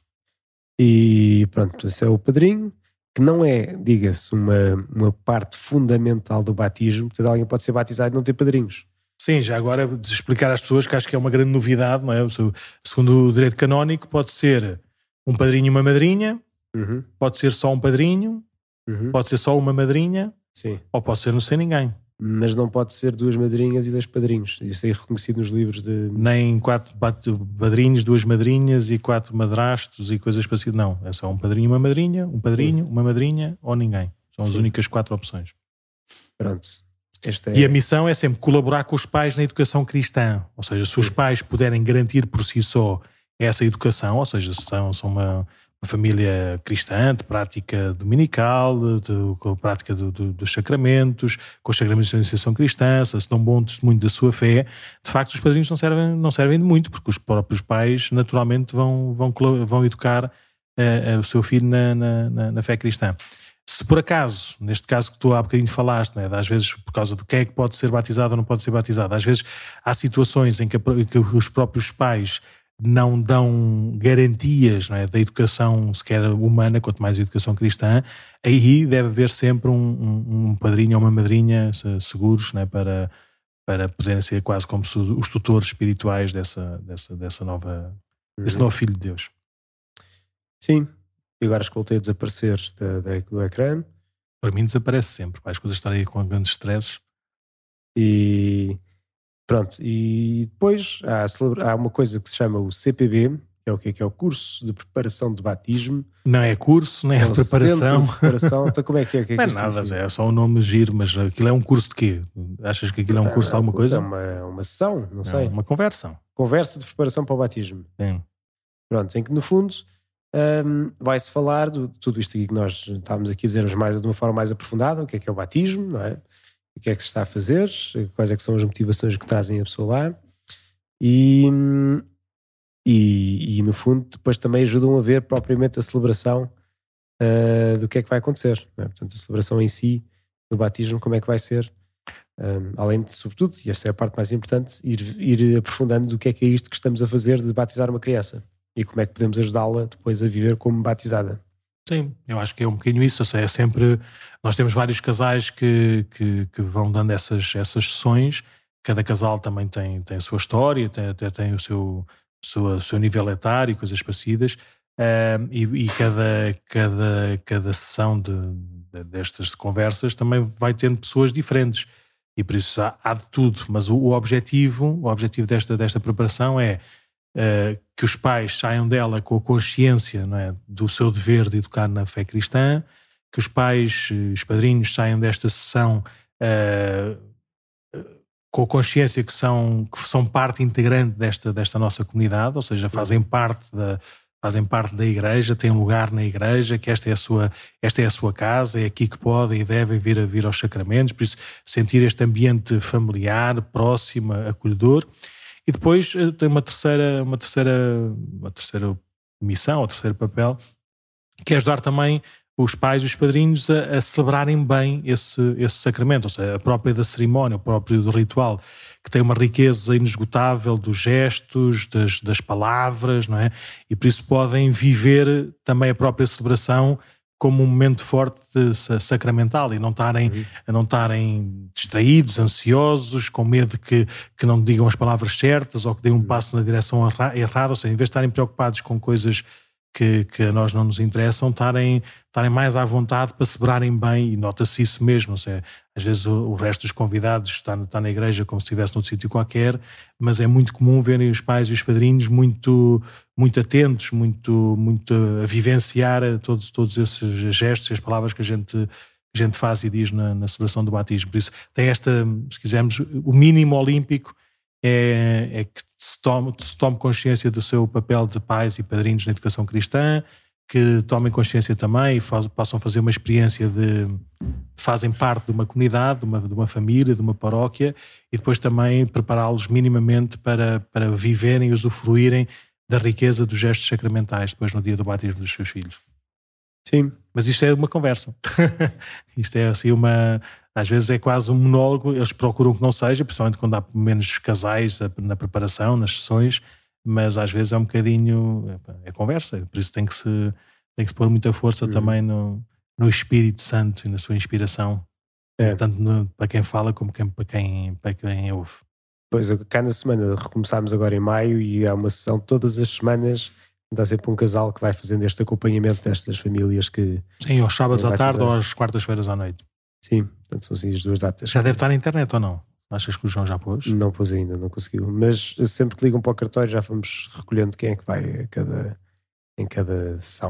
E pronto, esse é o padrinho, que não é, diga-se, uma parte fundamental do batismo. Portanto, alguém pode ser batizado e não ter padrinhos. Sim, já agora de explicar às pessoas que acho que é uma grande novidade, não é? Segundo o direito canónico, pode ser um padrinho e uma madrinha, pode ser só um padrinho, pode ser só uma madrinha, sim, ou pode ser não ser ninguém. Mas não pode ser 2 madrinhas e 2 padrinhos. Isso é reconhecido nos livros de... Nem 4 padrinhos, 2 madrinhas e 4 madrastos e coisas parecidas. Não, é só um padrinho e uma madrinha, um padrinho, uma madrinha ou ninguém. São as únicas 4 opções. Pronto. E a missão é sempre colaborar com os pais na educação cristã. Ou seja, se os pais puderem garantir por si só essa educação, ou seja, são uma família cristã, de prática dominical, com a prática dos sacramentos, com os sacramentos da iniciação cristã, se dão bom testemunho da sua fé, de facto os padrinhos não servem de muito, porque os próprios pais naturalmente vão educar o seu filho na fé cristã. Se por acaso, neste caso que tu há bocadinho falaste, né, às vezes por causa de quem é que pode ser batizado ou não pode ser batizado, às vezes há situações em que os próprios pais não dão garantias, não é, da educação sequer humana, quanto mais a educação cristã, aí deve haver sempre um padrinho ou uma madrinha seguros, não é, para poderem ser quase como os tutores espirituais desse novo filho de Deus. Sim. E agora acho que voltei a desaparecer do ecrã. Para mim desaparece sempre, as coisas estarem aí com grandes stresses. E pronto, e depois há uma coisa que se chama o CPB, que é o quê? Que é o curso de preparação de batismo. Não é curso, nem é preparação. De preparação. Então como é que é? Não é nada, é só um nome giro, mas aquilo é um curso de quê? Achas que aquilo é um curso de alguma coisa? É uma sessão, não sei. Uma conversa. Conversa de preparação para o batismo. Sim. Pronto, em que no fundo vai-se falar de tudo isto aqui que nós estávamos aqui a dizer de uma forma mais aprofundada, o que é o batismo, não é? O que é que se está a fazer, quais é que são as motivações que trazem a pessoa lá e no fundo depois também ajudam a ver propriamente a celebração do que é que vai acontecer, não é? Portanto, a celebração em si do batismo, como é que vai ser, além de, sobretudo, e esta é a parte mais importante, ir aprofundando do que é isto que estamos a fazer de batizar uma criança. E como é que podemos ajudá-la depois a viver como batizada? Sim, eu acho que é um bocadinho isso. Ou seja, é sempre... Nós temos vários casais que vão dando essas sessões. Cada casal também tem a sua história, tem o seu nível etário e coisas parecidas. E cada sessão destas conversas também vai tendo pessoas diferentes. E por isso há de tudo. Mas o objetivo desta preparação é que os pais saiam dela com a consciência, não é, do seu dever de educar na fé cristã, que os pais, os padrinhos saiam desta sessão com a consciência que são parte integrante desta nossa comunidade, ou seja, fazem parte da igreja, têm lugar na igreja, que esta é a sua casa, é aqui que podem e devem vir aos sacramentos, por isso sentir este ambiente familiar, próximo, acolhedor. E depois tem uma terceira missão, ou terceiro papel, que é ajudar também os pais e os padrinhos a celebrarem bem esse sacramento, ou seja, a própria da cerimónia, o próprio do ritual, que tem uma riqueza inesgotável dos gestos, das palavras, não é? E por isso podem viver também a própria celebração como um momento forte sacramental e não estarem distraídos, ansiosos, com medo que não digam as palavras certas ou que deem um passo na direção errada, ou seja, em vez de estarem preocupados com coisas que a nós não nos interessam estarem mais à vontade para celebrarem bem, e nota-se isso mesmo. Ou seja, às vezes o resto dos convidados está na igreja como se estivesse noutro sítio qualquer, mas é muito comum verem os pais e os padrinhos muito, muito atentos, muito a vivenciar todos esses gestos e as palavras que a gente faz e diz na celebração do batismo. Por isso tem se quisermos, o mínimo olímpico é que se tome consciência do seu papel de pais e padrinhos na educação cristã, que tomem consciência também e possam fazer uma experiência de fazem parte de uma comunidade, de uma família, de uma paróquia, e depois também prepará-los minimamente para viverem e usufruírem da riqueza dos gestos sacramentais depois no dia do batismo dos seus filhos. Sim. Mas isto é uma conversa. Isto é assim às vezes é quase um monólogo, eles procuram que não seja, principalmente quando há menos casais na preparação, nas sessões, mas às vezes é um bocadinho, é conversa, por isso tem que se pôr muita força também no Espírito Santo e na sua inspiração, tanto para quem fala como para quem ouve. Pois, cá na semana recomeçámos agora em maio e há uma sessão todas as semanas, dá sempre um casal que vai fazendo este acompanhamento destas famílias que... Sim, aos sábados à tarde ou às quartas-feiras à noite. Sim, portanto são assim as duas datas. Já deve estar na internet ou não? Achas que o João já pôs? Não pôs ainda, não conseguiu. Mas sempre que ligam para o cartório já vamos recolhendo quem é que vai em cada sessão.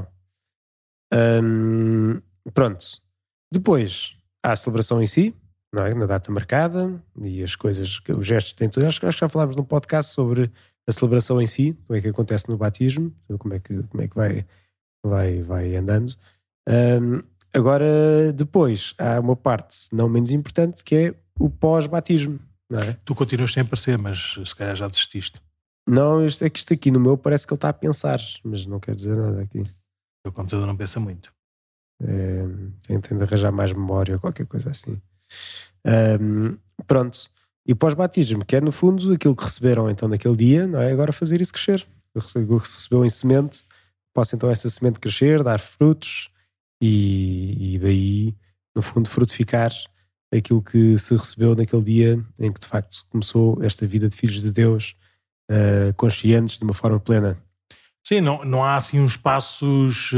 Pronto. Depois há a celebração em si, não é? Na data marcada e as coisas, os gestos que têm tudo. Acho que já falámos num podcast sobre a celebração em si, como é que acontece no batismo, como é que vai andando. Agora, depois, há uma parte não menos importante que é o pós-batismo, não é? Tu continuas sem aparecer, mas se calhar já desististe. Não, isto aqui no meu parece que ele está a pensar, mas não quer dizer nada aqui. O computador não pensa muito. Tem de arranjar mais memória ou qualquer coisa assim. Pronto. E pós-batismo, que é no fundo aquilo que receberam então naquele dia, não é? Agora fazer isso crescer. Aquilo que se recebeu em semente, possa então essa semente crescer, dar frutos e daí, no fundo, frutificar aquilo que se recebeu naquele dia em que de facto começou esta vida de filhos de Deus conscientes de uma forma plena. Sim, não há assim uns passos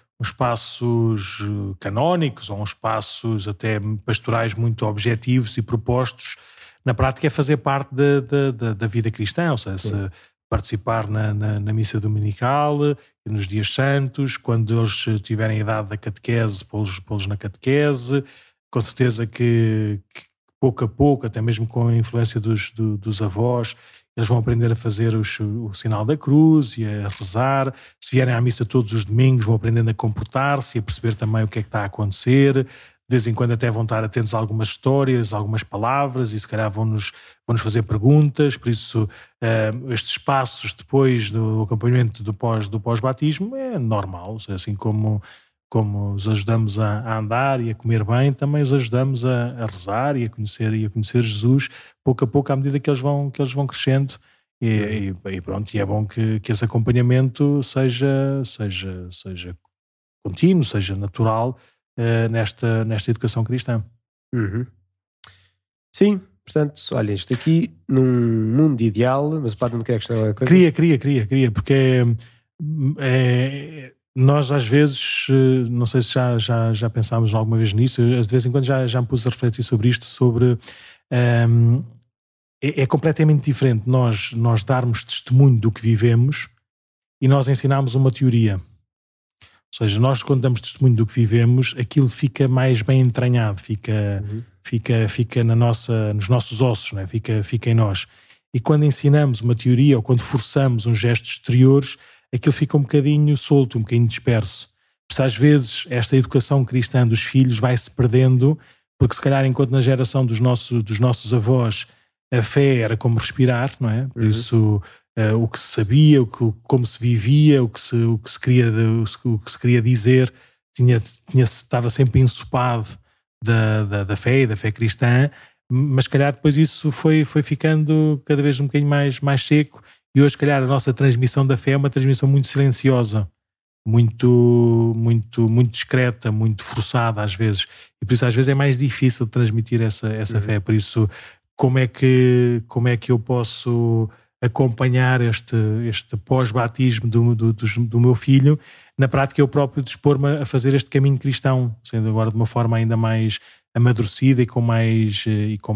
canónicos ou uns passos até pastorais muito objetivos e propostos. Na prática é fazer parte da vida cristã, ou seja, participar na missa dominical, nos dias santos, quando eles tiverem a idade da catequese, pô-los na catequese. Com certeza que pouco a pouco, até mesmo com a influência dos avós, eles vão aprender a fazer o sinal da cruz e a rezar. Se vierem à missa todos os domingos, vão aprendendo a comportar-se e a perceber também o que é que está a acontecer. De vez em quando até vão estar atentos a algumas histórias, a algumas palavras, e se calhar vão-nos fazer perguntas. Por isso, estes passos depois do acompanhamento do pós-batismo é normal. Assim como os ajudamos a andar e a comer bem, também os ajudamos a rezar e a conhecer Jesus pouco a pouco, à medida que eles vão crescendo. E pronto, e é bom que esse acompanhamento seja contínuo, seja natural nesta educação cristã. Sim, portanto, olha, isto aqui num mundo ideal, mas o padre não quer questionar alguma coisa? Queria, porque nós às vezes, não sei se já pensámos alguma vez nisso, de vez em quando já me pus a refletir sobre isto, é completamente diferente nós darmos testemunho do que vivemos e nós ensinarmos uma teoria. Ou seja, nós quando damos testemunho do que vivemos, aquilo fica mais bem entranhado, fica nos nossos ossos, não é? Fica em nós. E quando ensinamos uma teoria ou quando forçamos uns gestos exteriores, aquilo fica um bocadinho solto, um bocadinho disperso. Porque às vezes esta educação cristã dos filhos vai-se perdendo, porque se calhar enquanto na geração dos nossos avós a fé era como respirar, não é? Por isso o que se sabia, como se vivia, o que se queria dizer estava sempre ensopado da fé e da fé cristã, mas se calhar depois isso foi ficando cada vez um bocadinho mais seco. E hoje, se calhar, a nossa transmissão da fé é uma transmissão muito silenciosa, muito discreta, muito forçada às vezes. E por isso às vezes é mais difícil de transmitir essa fé. Por isso, como é que eu posso acompanhar este pós-batismo do meu filho, na prática eu próprio dispor-me a fazer este caminho cristão, sendo agora de uma forma ainda mais amadurecida e com mais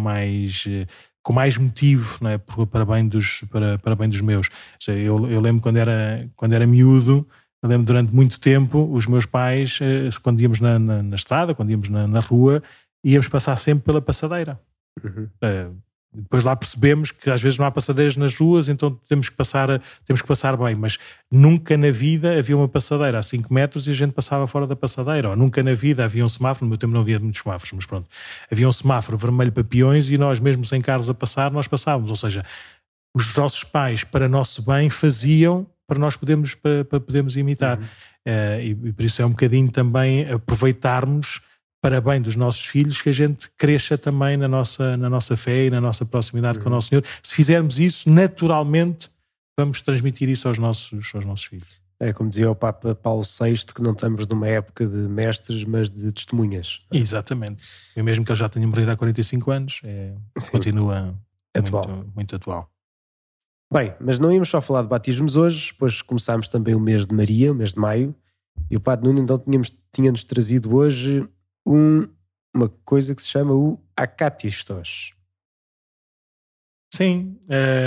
motivo, não é? para bem dos meus. Ou seja, eu lembro quando era miúdo, eu lembro durante muito tempo, os meus pais, quando íamos na estrada, quando íamos na rua, íamos passar sempre pela passadeira. Uhum. Depois lá percebemos que às vezes não há passadeiras nas ruas, então temos que passar bem, mas nunca na vida havia uma passadeira a 5 metros e a gente passava fora da passadeira, ou nunca na vida havia um semáforo. No meu tempo não havia muitos semáforos, mas pronto, havia um semáforo vermelho para peões e nós mesmo sem carros a passar, nós passávamos. Ou seja, os nossos pais, para nosso bem, faziam para nós podermos imitar. E por isso é um bocadinho também aproveitarmos para bem dos nossos filhos, que a gente cresça também na nossa fé e na nossa proximidade com o nosso Senhor. Se fizermos isso, naturalmente vamos transmitir isso aos nossos filhos. É como dizia o Papa Paulo VI, que não estamos numa época de mestres, mas de testemunhas. Exatamente. E mesmo que ele já tenha morrido há 45 anos, continua atual. Muito atual. Bem, mas não íamos só falar de batismos hoje, depois começámos também o mês de Maria, o mês de maio, e o Padre Nuno então tinha-nos trazido hoje uma coisa que se chama o Akatistos. Sim,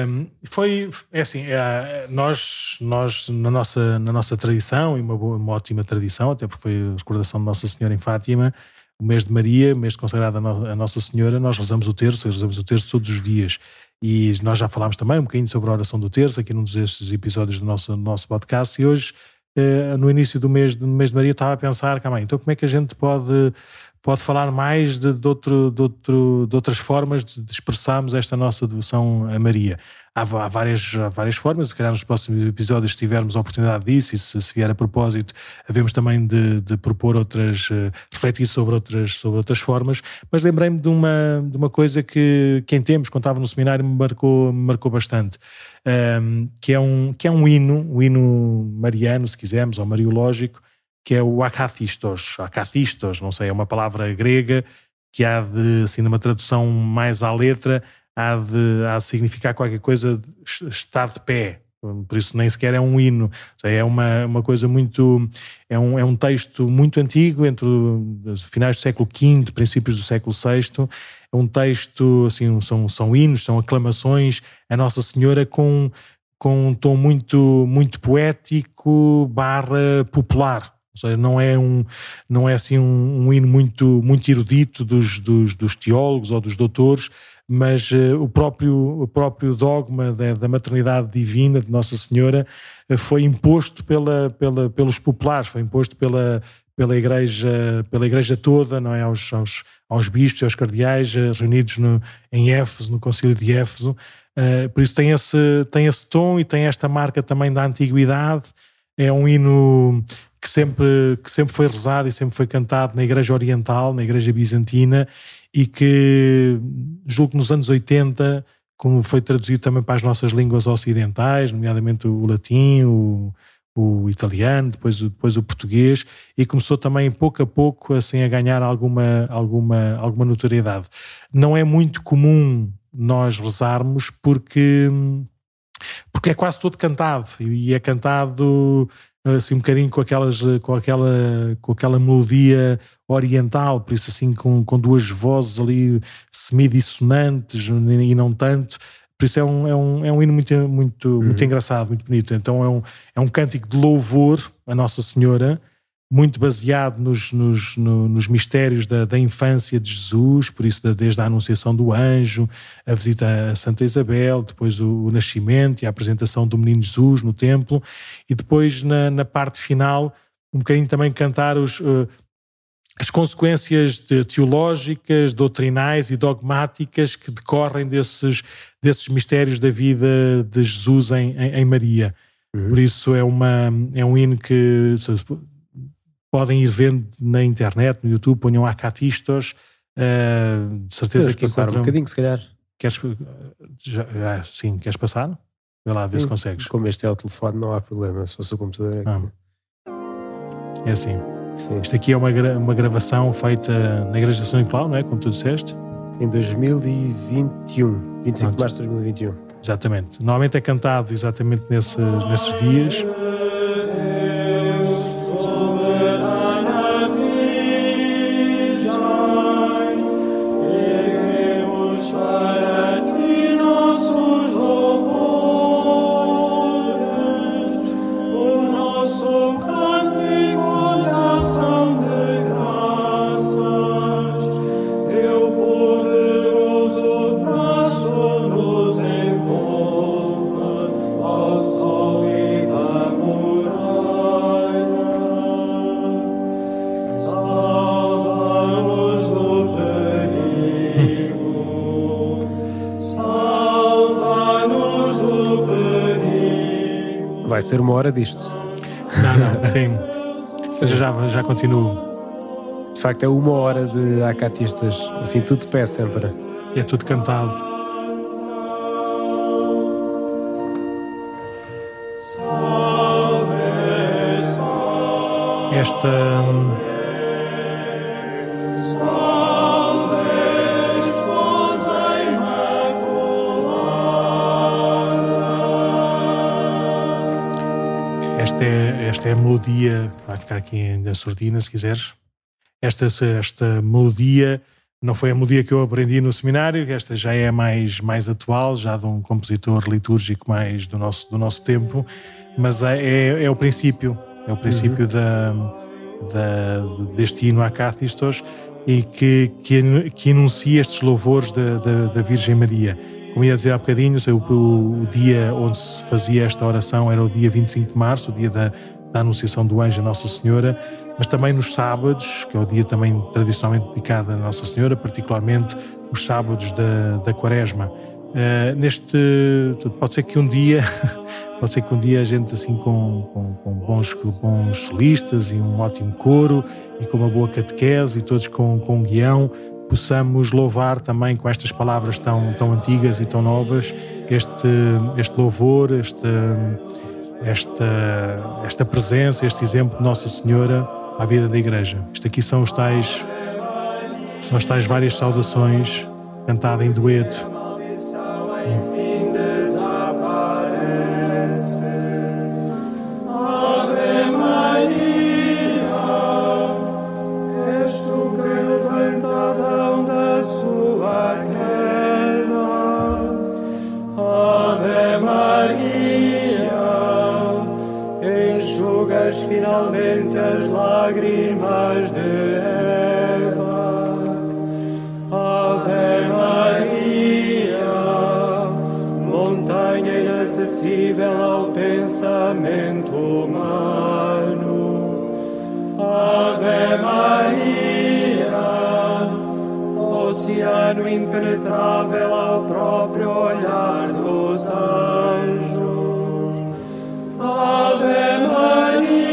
nós na nossa tradição, e uma ótima tradição, até porque foi a recordação de Nossa Senhora em Fátima, o mês de Maria, o mês consagrado a Nossa Senhora, nós rezamos o terço todos os dias. E nós já falámos também um bocadinho sobre a oração do terço aqui num desses episódios do nosso podcast, e hoje, no início do mês de Maria, estava a pensar, então como é que a gente pode falar mais de outras formas de expressarmos esta nossa devoção a Maria. Há várias formas, se calhar nos próximos episódios, se tivermos a oportunidade disso, e se vier a propósito, havemos também de propor refletir sobre outras formas, mas lembrei-me de uma coisa que em tempos, quando estava no seminário, me marcou bastante, que é um hino mariano, se quisermos, ou mariológico, que é o Akatistos, não sei, é uma palavra grega que há de, assim, numa tradução mais à letra, há de significar qualquer coisa de estar de pé. Por isso nem sequer é um hino. É uma coisa muito... É um texto muito antigo, entre os finais do século V, princípios do século VI. É um texto, assim, são hinos, são aclamações a Nossa Senhora com um tom muito, muito poético / popular. Ou seja, não é assim um hino muito, muito erudito dos teólogos ou dos doutores, mas o próprio dogma da maternidade divina de Nossa Senhora foi imposto pelos populares, foi imposto pela igreja toda, não é? aos bispos e aos cardeais reunidos em Éfeso, no concílio de Éfeso. Por isso tem esse tom e tem esta marca também da antiguidade. É um hino que sempre foi rezado e sempre foi cantado na Igreja Oriental, na Igreja Bizantina, e que julgo que nos anos 80, como foi traduzido também para as nossas línguas ocidentais, nomeadamente o latim, o italiano, depois o português, e começou também pouco a pouco assim, a ganhar alguma notoriedade. Não é muito comum nós rezarmos porque é quase todo cantado, e é cantado assim um bocadinho com aquela melodia oriental, por isso assim com duas vozes ali semidissonantes e não tanto. Por isso é um hino muito, muito, muito engraçado, muito bonito. Então é um cântico de louvor a Nossa Senhora, muito baseado nos mistérios da infância de Jesus, por isso desde a anunciação do anjo, a visita a Santa Isabel, depois o nascimento e a apresentação do menino Jesus no templo, e depois na parte final um bocadinho também cantar as consequências teológicas, doutrinais e dogmáticas que decorrem desses mistérios da vida de Jesus em Maria. Por isso é um hino que podem ir vendo na internet, no YouTube, ponham Akatistos, de certeza que encontram... um bocadinho, se calhar. Sim, queres passar? Vai lá, ver se consegues. Como este é o telefone, não há problema, se fosse o computador. É assim. Sim. Isto aqui é uma gravação feita na Igreja de São Nicolau, não é? Como tu disseste? Em 2021, 25 de março de 2021. Exatamente. Normalmente é cantado exatamente nesses dias. Vai ser uma hora disto. Não, sim. Já continuo. De facto, é uma hora de acatistas, assim, tudo de pé sempre. É tudo cantado. Esta é a melodia, vai ficar aqui na surdina se quiseres. Esta melodia não foi a melodia que eu aprendi no seminário, esta já é mais atual, já de um compositor litúrgico mais do nosso tempo, mas é o princípio, deste hino Acátistos, e que enuncia estes louvores da Virgem Maria. Como ia dizer há bocadinho, o dia onde se fazia esta oração era o dia 25 de março, o dia da Anunciação do Anjo a Nossa Senhora, mas também nos sábados, que é o dia também tradicionalmente dedicado a Nossa Senhora, particularmente os sábados da Quaresma. Pode ser que um dia a gente assim com bons solistas e um ótimo coro e com uma boa catequese e todos com um guião, possamos louvar também com estas palavras tão antigas e tão novas este louvor, esta presença, este exemplo de Nossa Senhora à vida da Igreja. Isto aqui são as tais várias saudações cantadas em dueto. Finalmente as lágrimas de Eva. Ave Maria, montanha inacessível ao pensamento humano. Ave Maria, oceano impenetrável ao próprio olhar dos anjos. Ave Maria,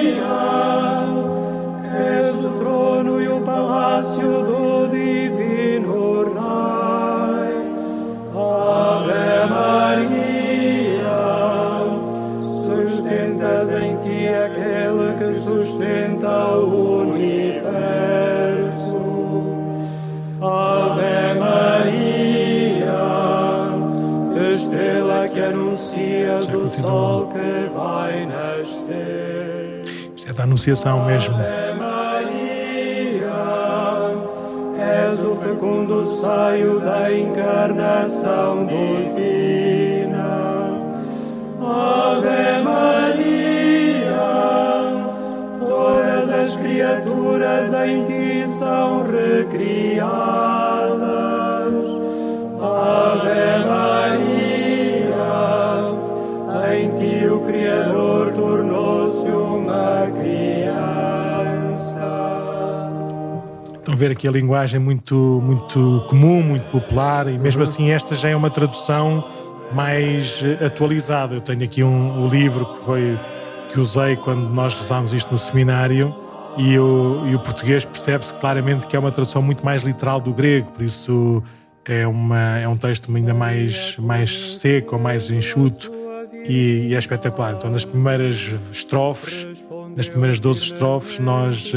és o trono e o palácio do divino Rei. Ave Maria, sustentas em ti aquele que sustenta o universo. Ave Maria, estrela que anuncias o sol que vai nascer. Isto é da Anunciação mesmo. Ave Maria, és o fecundo seio da encarnação divina. Ave Maria, todas as criaturas em ti são recriadas. Ave Maria, em ti o Criador tornou-se uma criança. Estão a ver aqui a linguagem muito comum, muito popular, e mesmo assim esta já é uma tradução mais atualizada. Eu tenho aqui um livro que usei quando nós rezámos isto no seminário, e o português percebe-se claramente que é uma tradução muito mais literal do grego, por isso é um texto ainda mais seco, mais enxuto, e é espetacular. Então nas primeiras 12 estrofes, nós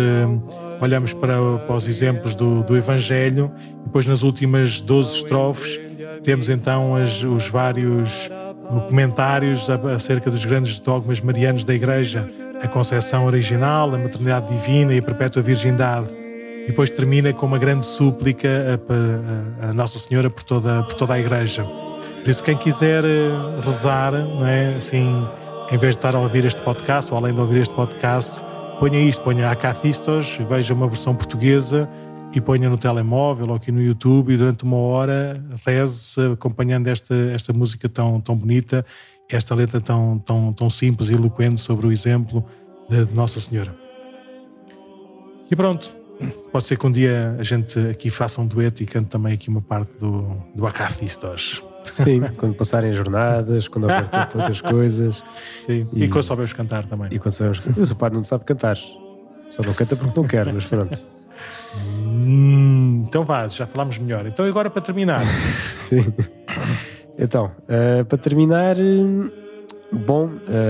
olhamos para os exemplos do Evangelho, e depois nas últimas 12 estrofes temos então os vários comentários acerca dos grandes dogmas marianos da Igreja, a concepção original, a maternidade divina e a perpétua virgindade. E depois termina com uma grande súplica a Nossa Senhora por toda a Igreja. Por isso, quem quiser rezar, não é? Assim, em vez de estar a ouvir este podcast, ou além de ouvir este podcast, ponha Acathistos, veja uma versão portuguesa e ponha no telemóvel ou aqui no YouTube e durante uma hora reze acompanhando esta música tão bonita, esta letra tão simples e eloquente sobre o exemplo de Nossa Senhora. E pronto. Pode ser que um dia a gente aqui faça um dueto e cante também aqui uma parte do Acathistos. Sim, quando passarem jornadas, quando houver tempo para outras coisas. Sim, e quando soubemos cantar também. E quando sabemos cantar. Mas o padre não sabe cantar. Só não canta porque não quer, mas pronto. Então vá, já falámos melhor. Então agora para terminar. Sim. Então, para terminar, bom,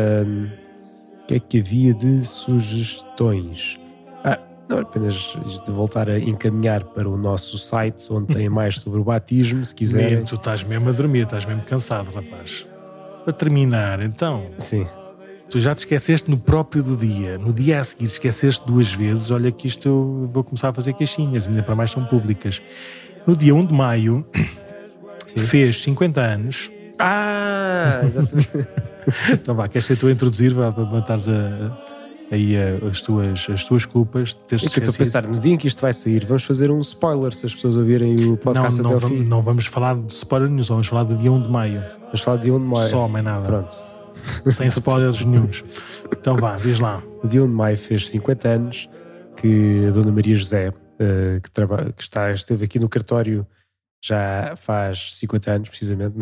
o que é que havia de sugestões? Não, apenas de voltar a encaminhar para o nosso site, onde tem mais sobre o batismo, se quiserem. Tu estás mesmo a dormir, estás mesmo cansado, rapaz. Para terminar, então. Sim. Tu já te esqueceste no próprio do dia. No dia a seguir esqueceste 2 vezes. Olha que isto eu vou começar a fazer queixinhas, ainda para mais são públicas. No dia 1 de maio, fez 50 anos. Exatamente. Então vá, queres ser tu a introduzir para matares aí as tuas culpas de teres esquecido. Eu estou a pensar, no dia em que isto vai sair, vamos fazer um spoiler se as pessoas ouvirem o podcast até ao fim. Não vamos falar de spoiler nenhum, só vamos falar do dia 1 de maio. Vamos falar do dia 1 de maio. Só, mais nada. Pronto. Sem spoilers nenhuns. Então vá, diz lá. No dia 1 de maio fez 50 anos que a Dona Maria José, que esteve aqui no cartório já faz 50 anos, precisamente.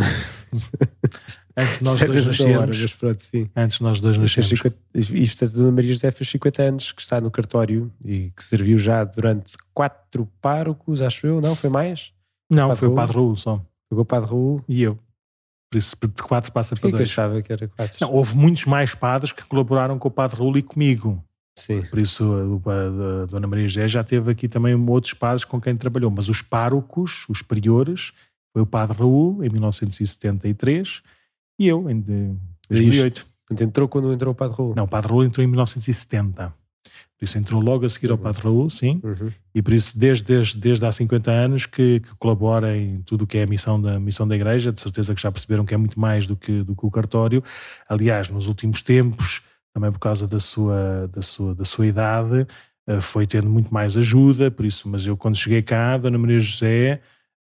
Antes de nós dois nascermos. Mas pronto, sim. Antes de nós dois nascermos. E portanto, a Dona Maria José fez 50 anos que está no cartório e que serviu já durante 4 párocos, acho eu, não? Foi mais? Não, foi o Padre Raul só. Foi o Padre Raul. E eu. Por isso, de 4 passa para 2. Que eu achava que era 4? Não, houve muitos mais padres que colaboraram com o Padre Raul e comigo. Sim. Por isso, a Dona Maria José já teve aqui também outros padres com quem trabalhou. Mas os párocos, os priores, foi o Padre Raul, em 1973, e eu, em 2008. Entrou quando entrou o Padre Raul? Não, o Padre Raul entrou em 1970. Por isso entrou logo a seguir ao Padre Raul, sim. E por isso desde há 50 anos que colabora em tudo o que é a missão da Igreja. De certeza que já perceberam que é muito mais do que o cartório. Aliás, nos últimos tempos, também por causa da sua idade, foi tendo muito mais ajuda. Por isso, mas eu quando cheguei cá, a Dona Maria José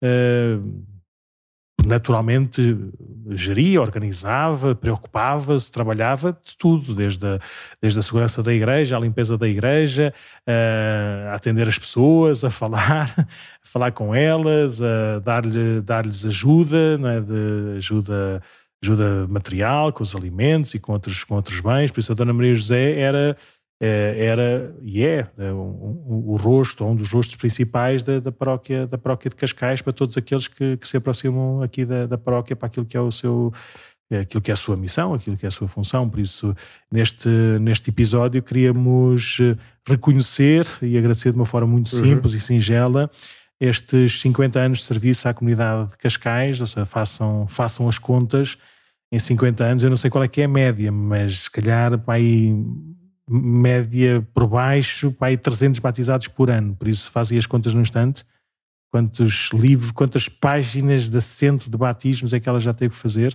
naturalmente geria, organizava, preocupava-se, trabalhava de tudo, desde a segurança da igreja, a limpeza da igreja, a atender as pessoas, a falar com elas, a dar-lhes ajuda, não é? Ajuda material, com os alimentos e com outros bens. Por isso a Dona Maria José era o rosto, um dos rostos principais da paróquia de Cascais, para todos aqueles que se aproximam aqui da paróquia para aquilo que é aquilo que é a sua missão, aquilo que é a sua função. Por isso, neste episódio, queríamos reconhecer e agradecer de uma forma muito simples e singela estes 50 anos de serviço à comunidade de Cascais. Ou seja, façam as contas em 50 anos. Eu não sei qual é que é a média, mas se calhar para aí média por baixo, para aí 300 batizados por ano. Por isso fazia as contas num instante. Quantos livros, quantas páginas de assento de batismos é que ela já teve que fazer?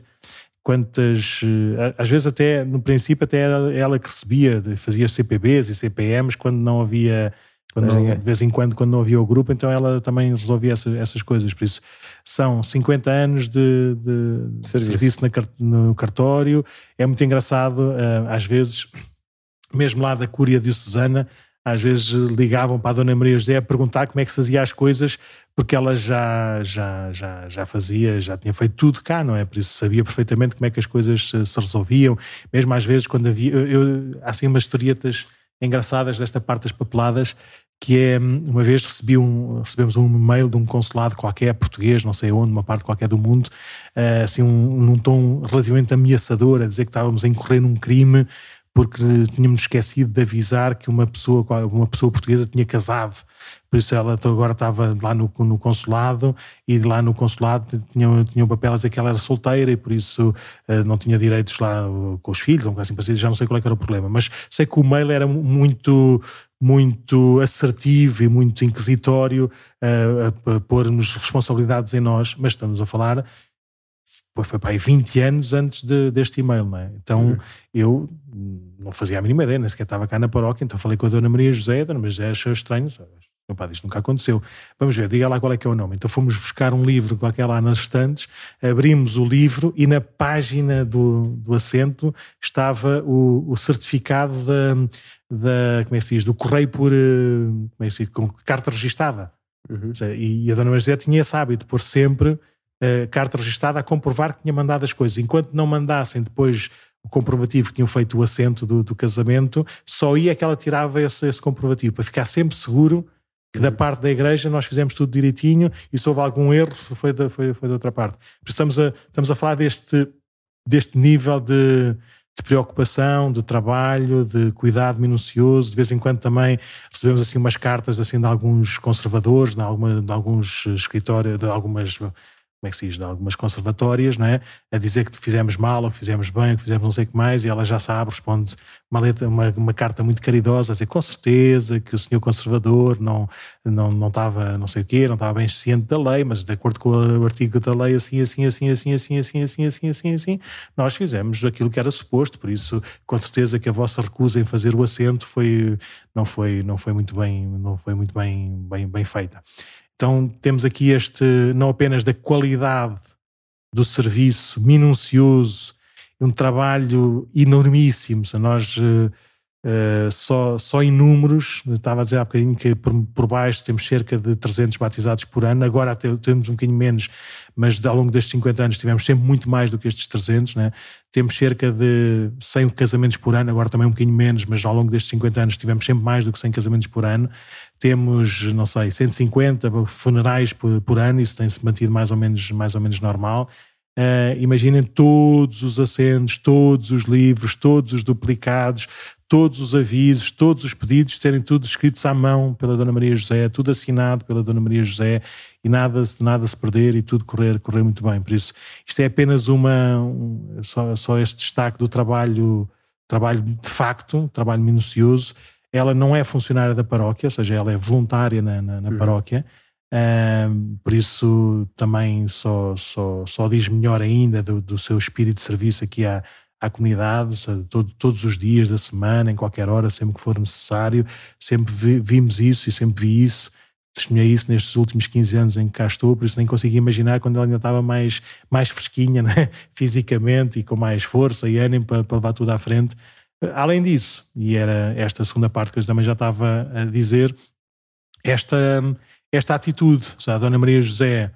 Às vezes até, no princípio, até era ela que recebia, fazia CPBs e CPMs quando não havia, de vez em quando não havia o grupo, então ela também resolvia essas coisas. Por isso, são 50 anos de serviço no cartório. É muito engraçado, às vezes, mesmo lá da Cúria Diocesana, às vezes ligavam para a Dona Maria José a perguntar como é que se fazia as coisas, porque ela já fazia, já tinha feito tudo cá, não é? Por isso sabia perfeitamente como é que as coisas se resolviam. Mesmo às vezes quando havia... há assim umas historietas engraçadas desta parte das papeladas, que é, uma vez recebemos um e-mail de um consulado qualquer, português, não sei onde, uma parte qualquer do mundo, assim num tom relativamente ameaçador, a dizer que estávamos a incorrer num crime, porque tínhamos esquecido de avisar que uma pessoa portuguesa tinha casado. Por isso ela agora estava lá no consulado, e lá no consulado tinha um papel a dizer que ela era solteira e por isso não tinha direitos lá com os filhos, ou assim, já não sei qual é que era o problema. Mas sei que o mail era muito assertivo e muito inquisitório a pôr-nos responsabilidades em nós, mas estamos a falar... Foi para aí 20 anos antes deste e-mail, não é? Então eu não fazia a mínima ideia, nem sequer estava cá na paróquia, então falei com a Dona Maria José, a Dona Maria José achou estranho, opa, isto nunca aconteceu. Vamos ver, diga lá qual é que é o nome. Então fomos buscar um livro qualquer lá nas estantes, abrimos o livro e na página do assento estava o certificado como é que se diz, do correio com carta registada. E a Dona Maria José tinha esse hábito de pôr sempre carta registada a comprovar que tinha mandado as coisas. Enquanto não mandassem depois o comprovativo que tinham feito o assento do casamento, só ia que ela tirava esse comprovativo, para ficar sempre seguro que da parte da igreja nós fizemos tudo direitinho e se houve algum erro foi da outra parte. Por isso estamos a falar deste nível de preocupação, de trabalho, de cuidado minucioso. De vez em quando também recebemos assim umas cartas assim, de alguns conservadores, de alguns escritórios, de algumas... como é que se diz, de algumas conservatórias, não é? A dizer que fizemos mal, ou que fizemos bem, ou que fizemos não sei o que mais, e ela já sabe, responde uma carta muito caridosa, a dizer com certeza que o senhor conservador não estava não sei o quê, não estava bem ciente da lei, mas de acordo com o artigo da lei, assim, nós fizemos aquilo que era suposto, por isso, com certeza que a vossa recusa em fazer o assento não foi muito bem feita. Então temos aqui não apenas da qualidade do serviço minucioso, um trabalho enormíssimo. Nós só em números, estava a dizer há bocadinho que por baixo temos cerca de 300 batizados por ano, agora até temos um bocadinho menos, mas ao longo destes 50 anos tivemos sempre muito mais do que estes 300, né? Temos cerca de 100 casamentos por ano, agora também um bocadinho menos, mas ao longo destes 50 anos tivemos sempre mais do que 100 casamentos por ano. Temos, não sei, 150 funerais por ano, isso tem-se mantido mais ou menos normal. Imaginem todos os assentos, todos os livros, todos os duplicados, todos os avisos, todos os pedidos terem tudo escritos à mão pela Dona Maria José, tudo assinado pela Dona Maria José e nada se perder e tudo correr muito bem. Por isso, isto é apenas só este destaque do trabalho de facto, trabalho minucioso. Ela não é funcionária da paróquia, ou seja, ela é voluntária na paróquia. Por isso também só diz melhor ainda do seu espírito de serviço aqui à comunidade, todos os dias da semana, em qualquer hora, sempre que for necessário. Sempre vimos isso e sempre vi isso, testemunhei isso nestes últimos 15 anos em que cá estou, por isso nem consegui imaginar quando ela ainda estava mais fresquinha, né? Fisicamente e com mais força e ânimo para levar tudo à frente. Além disso, e era esta segunda parte que eu também já estava a dizer, esta atitude, ou seja, a Dona Maria José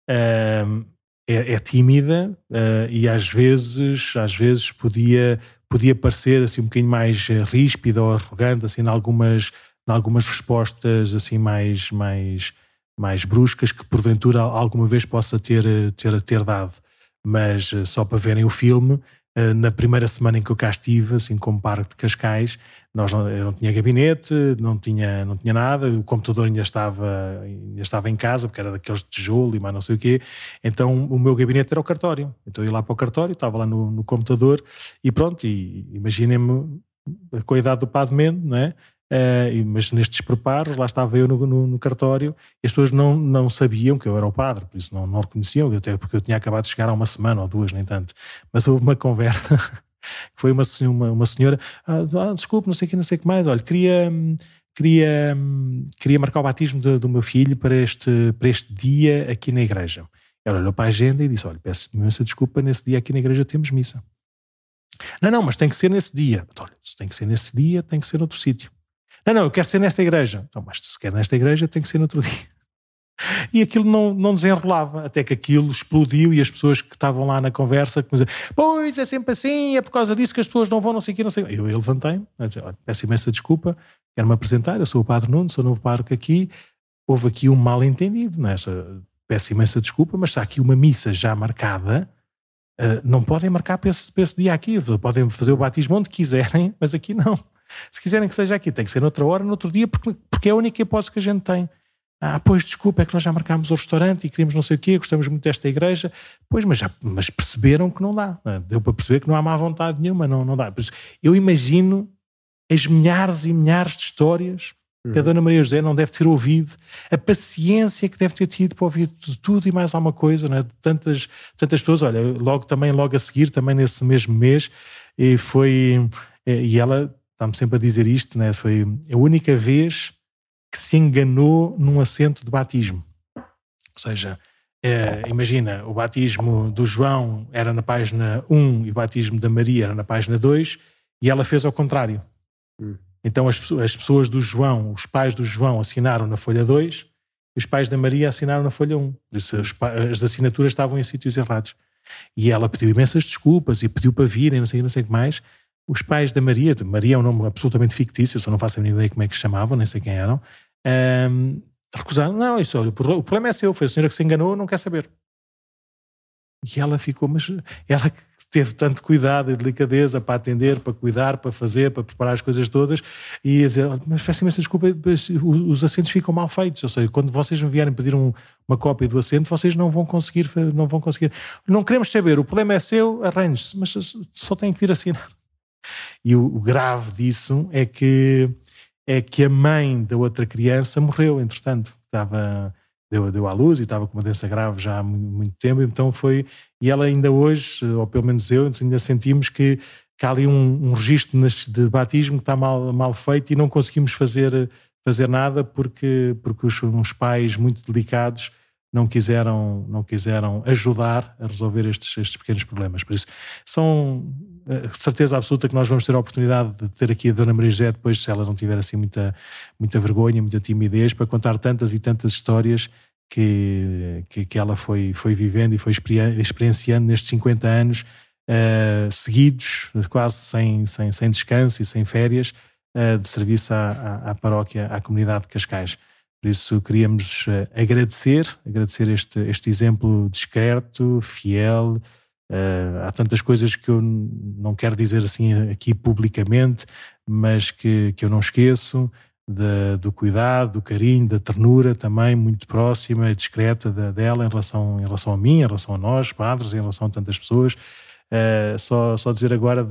é tímida e às vezes podia parecer assim um bocadinho mais ríspida ou arrogante assim em algumas respostas assim mais bruscas que porventura alguma vez possa ter dado, mas só para verem o filme. Na primeira semana em que eu cá estive, assim como Parque de Cascais, eu não tinha gabinete, não tinha nada, o computador ainda estava em casa, porque era daqueles de tijolo e mais não sei o quê, então o meu gabinete era o cartório. Então eu ia lá para o cartório, estava lá no computador e pronto, e imaginem-me com a idade do Padre Mendo, não é? Mas nestes preparos, lá estava eu no cartório e as pessoas não sabiam que eu era o padre, por isso não reconheciam, até porque eu tinha acabado de chegar há uma semana ou duas, nem tanto. Mas houve uma conversa que foi uma senhora, desculpe, não sei o que mais, olha, queria marcar o batismo do meu filho para este dia aqui na igreja. Ela olhou para a agenda e disse, olha, peço imensa desculpa, nesse dia aqui na igreja temos missa. Não, mas tem que ser nesse dia. Olha, se tem que ser nesse dia, tem que ser noutro sítio. Não, eu quero ser nesta igreja. Então, mas se quer nesta igreja, tem que ser no outro dia. E aquilo não desenrolava, até que aquilo explodiu e as pessoas que estavam lá na conversa diziam, pois, é sempre assim, é por causa disso que as pessoas não vão, não sei o quê, não sei o quê. Eu levantei-me, peço imensa desculpa, quero-me apresentar, eu sou o Padre Nuno, sou novo pároco aqui, houve aqui um mal-entendido, não é? Peço imensa desculpa, mas está aqui uma missa já marcada não podem marcar para esse dia aqui, podem fazer o batismo onde quiserem, mas aqui não. Se quiserem que seja aqui, tem que ser noutra hora, noutro dia, porque é a única hipótese que a gente tem. Pois, desculpa, é que nós já marcámos o restaurante e queríamos não sei o quê, gostamos muito desta igreja. Pois, mas perceberam que não dá. Deu para perceber que não há má vontade nenhuma, não dá. Eu imagino as milhares e milhares de histórias que a Dona Maria José não deve ter ouvido, a paciência que deve ter tido para ouvir de tudo e mais alguma coisa, não é? De tantas pessoas. Olha, logo a seguir, também nesse mesmo mês, e ela está-me sempre a dizer isto, né? Foi a única vez que se enganou num assento de batismo. Ou seja, imagina, o batismo do João era na página 1 e o batismo da Maria era na página 2, e ela fez ao contrário. Então as pessoas do João, os pais do João assinaram na folha 2 e os pais da Maria assinaram na folha 1. Por isso as assinaturas estavam em sítios errados. E ela pediu imensas desculpas e pediu para virem, não sei o que mais. Os pais da Maria é um nome absolutamente fictício, eu só não faço a mínima ideia como é que se chamavam, nem sei quem eram, recusaram. Não, isso, olha, o problema é seu, foi a senhora que se enganou, não quer saber. E ela ficou, mas ela que teve tanto cuidado e delicadeza para atender, para cuidar, para fazer, para preparar as coisas todas, e ia dizer, mas peço imensa desculpa, os assentos ficam mal feitos, ou seja, quando vocês me vierem pedir uma cópia do assento, vocês não vão conseguir. Não queremos saber, o problema é seu, arranje-se, mas só tem que vir assinar. E o grave disso é que a mãe da outra criança morreu, entretanto, deu à luz e estava com uma doença grave já há muito tempo, então e ela ainda hoje, ou pelo menos eu, ainda sentimos que há ali um registro de batismo que está mal feito e não conseguimos fazer nada porque uns pais muito delicados não quiseram ajudar a resolver estes pequenos problemas. Por isso, são certeza absoluta que nós vamos ter a oportunidade de ter aqui a Dona Maria José depois, se ela não tiver assim muita vergonha, muita timidez, para contar tantas e tantas histórias que ela foi vivendo e foi experienciando nestes 50 anos seguidos, quase sem descanso e sem férias, de serviço à paróquia, à comunidade de Cascais. Por isso queríamos agradecer este exemplo discreto, fiel. Há tantas coisas que eu não quero dizer assim aqui publicamente, mas que eu não esqueço do cuidado, do carinho, da ternura também muito próxima e discreta dela em relação a mim, em relação a nós, padres, em relação a tantas pessoas. Só dizer agora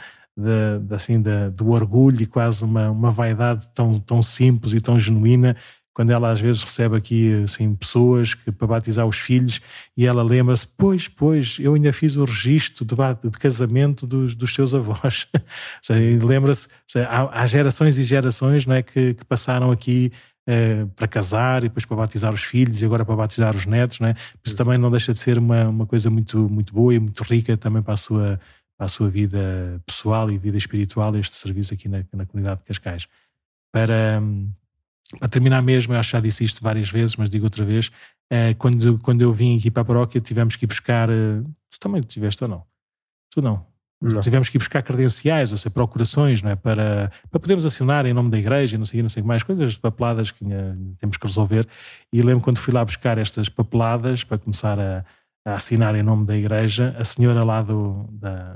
do orgulho e quase uma vaidade tão simples e tão genuína, quando ela às vezes recebe aqui assim, pessoas para batizar os filhos, e ela lembra-se, pois, eu ainda fiz o registro de casamento dos seus avós. Lembra-se, há gerações e gerações, não é, que passaram aqui para casar e depois para batizar os filhos e agora para batizar os netos, não é? Isso também não deixa de ser uma coisa muito, muito boa e muito rica também para a sua vida pessoal e vida espiritual, este serviço aqui na comunidade de Cascais. Para terminar mesmo, eu acho que já disse isto várias vezes, mas digo outra vez, quando eu vim aqui para a paróquia tivemos que ir buscar, tu também tiveste ou não? Tu não. Tivemos que ir buscar credenciais, ou seja, procurações, não é? Para podermos assinar em nome da igreja, não sei o que mais, coisas papeladas que temos que resolver. E lembro quando fui lá buscar estas papeladas para começar a assinar em nome da igreja, a senhora lá do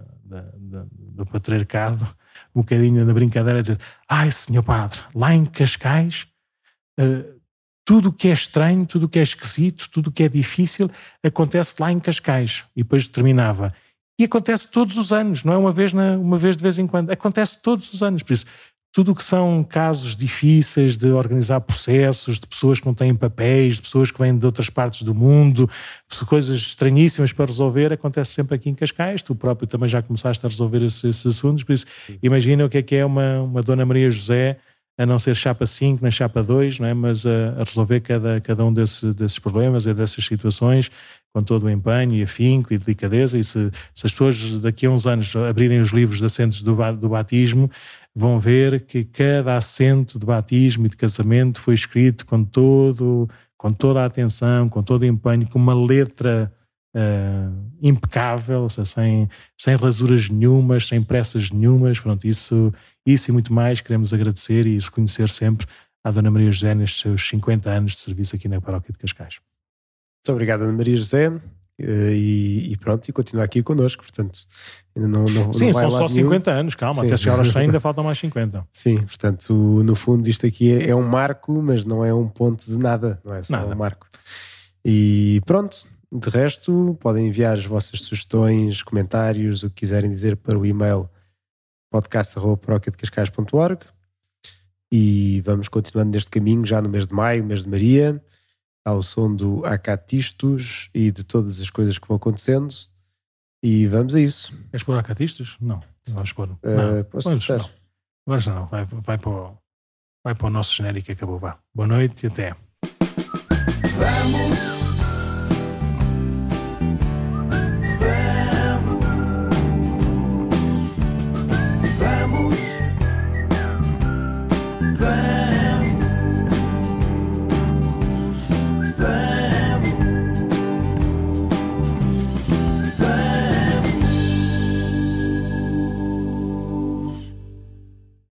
patriarcado, um bocadinho na brincadeira, a dizer, ai senhor padre, lá em Cascais, tudo o que é estranho, tudo o que é esquisito, tudo o que é difícil acontece lá em Cascais. E depois terminava, e acontece todos os anos, não é uma vez de vez em quando, acontece todos os anos. Por isso, tudo o que são casos difíceis de organizar processos, de pessoas que não têm papéis, de pessoas que vêm de outras partes do mundo, coisas estranhíssimas para resolver, acontece sempre aqui em Cascais. Tu próprio também já começaste a resolver esses assuntos, por isso imagina o que é uma Dona Maria José a não ser chapa 5 nem chapa 2, não é? Mas a resolver cada um desses problemas e dessas situações com todo o empenho e afinco e delicadeza. E se as pessoas daqui a uns anos abrirem os livros de assentos do batismo, vão ver que cada assento de batismo e de casamento foi escrito com toda a atenção, com todo o empenho, com uma letra impecável, ou seja, sem rasuras nenhumas, sem pressas nenhumas. Pronto, isso e muito mais queremos agradecer e reconhecer sempre à Dona Maria José nestes seus 50 anos de serviço aqui na Paróquia de Cascais. Muito obrigado, Dona Maria José. E pronto, e continua aqui connosco, portanto ainda não Sim, vai são lá só 50 anos, calma, Sim. até chegar aos 100 ainda faltam mais 50. Sim, portanto, no fundo isto aqui é um marco, mas não é um ponto de nada, não é só um marco. E pronto, de resto podem enviar as vossas sugestões, comentários, o que quiserem dizer para o e-mail podcast@paroquiadecascais.org, e vamos continuando neste caminho já no mês de maio, mês de Maria, ao som do Acatistos e de todas as coisas que vão acontecendo, e vamos a isso. Queres pôr Acatistos? Não, vamos pôr. Posso não. Mas não, vai para o nosso genérico e acabou. Vá. Boa noite e até. Vamos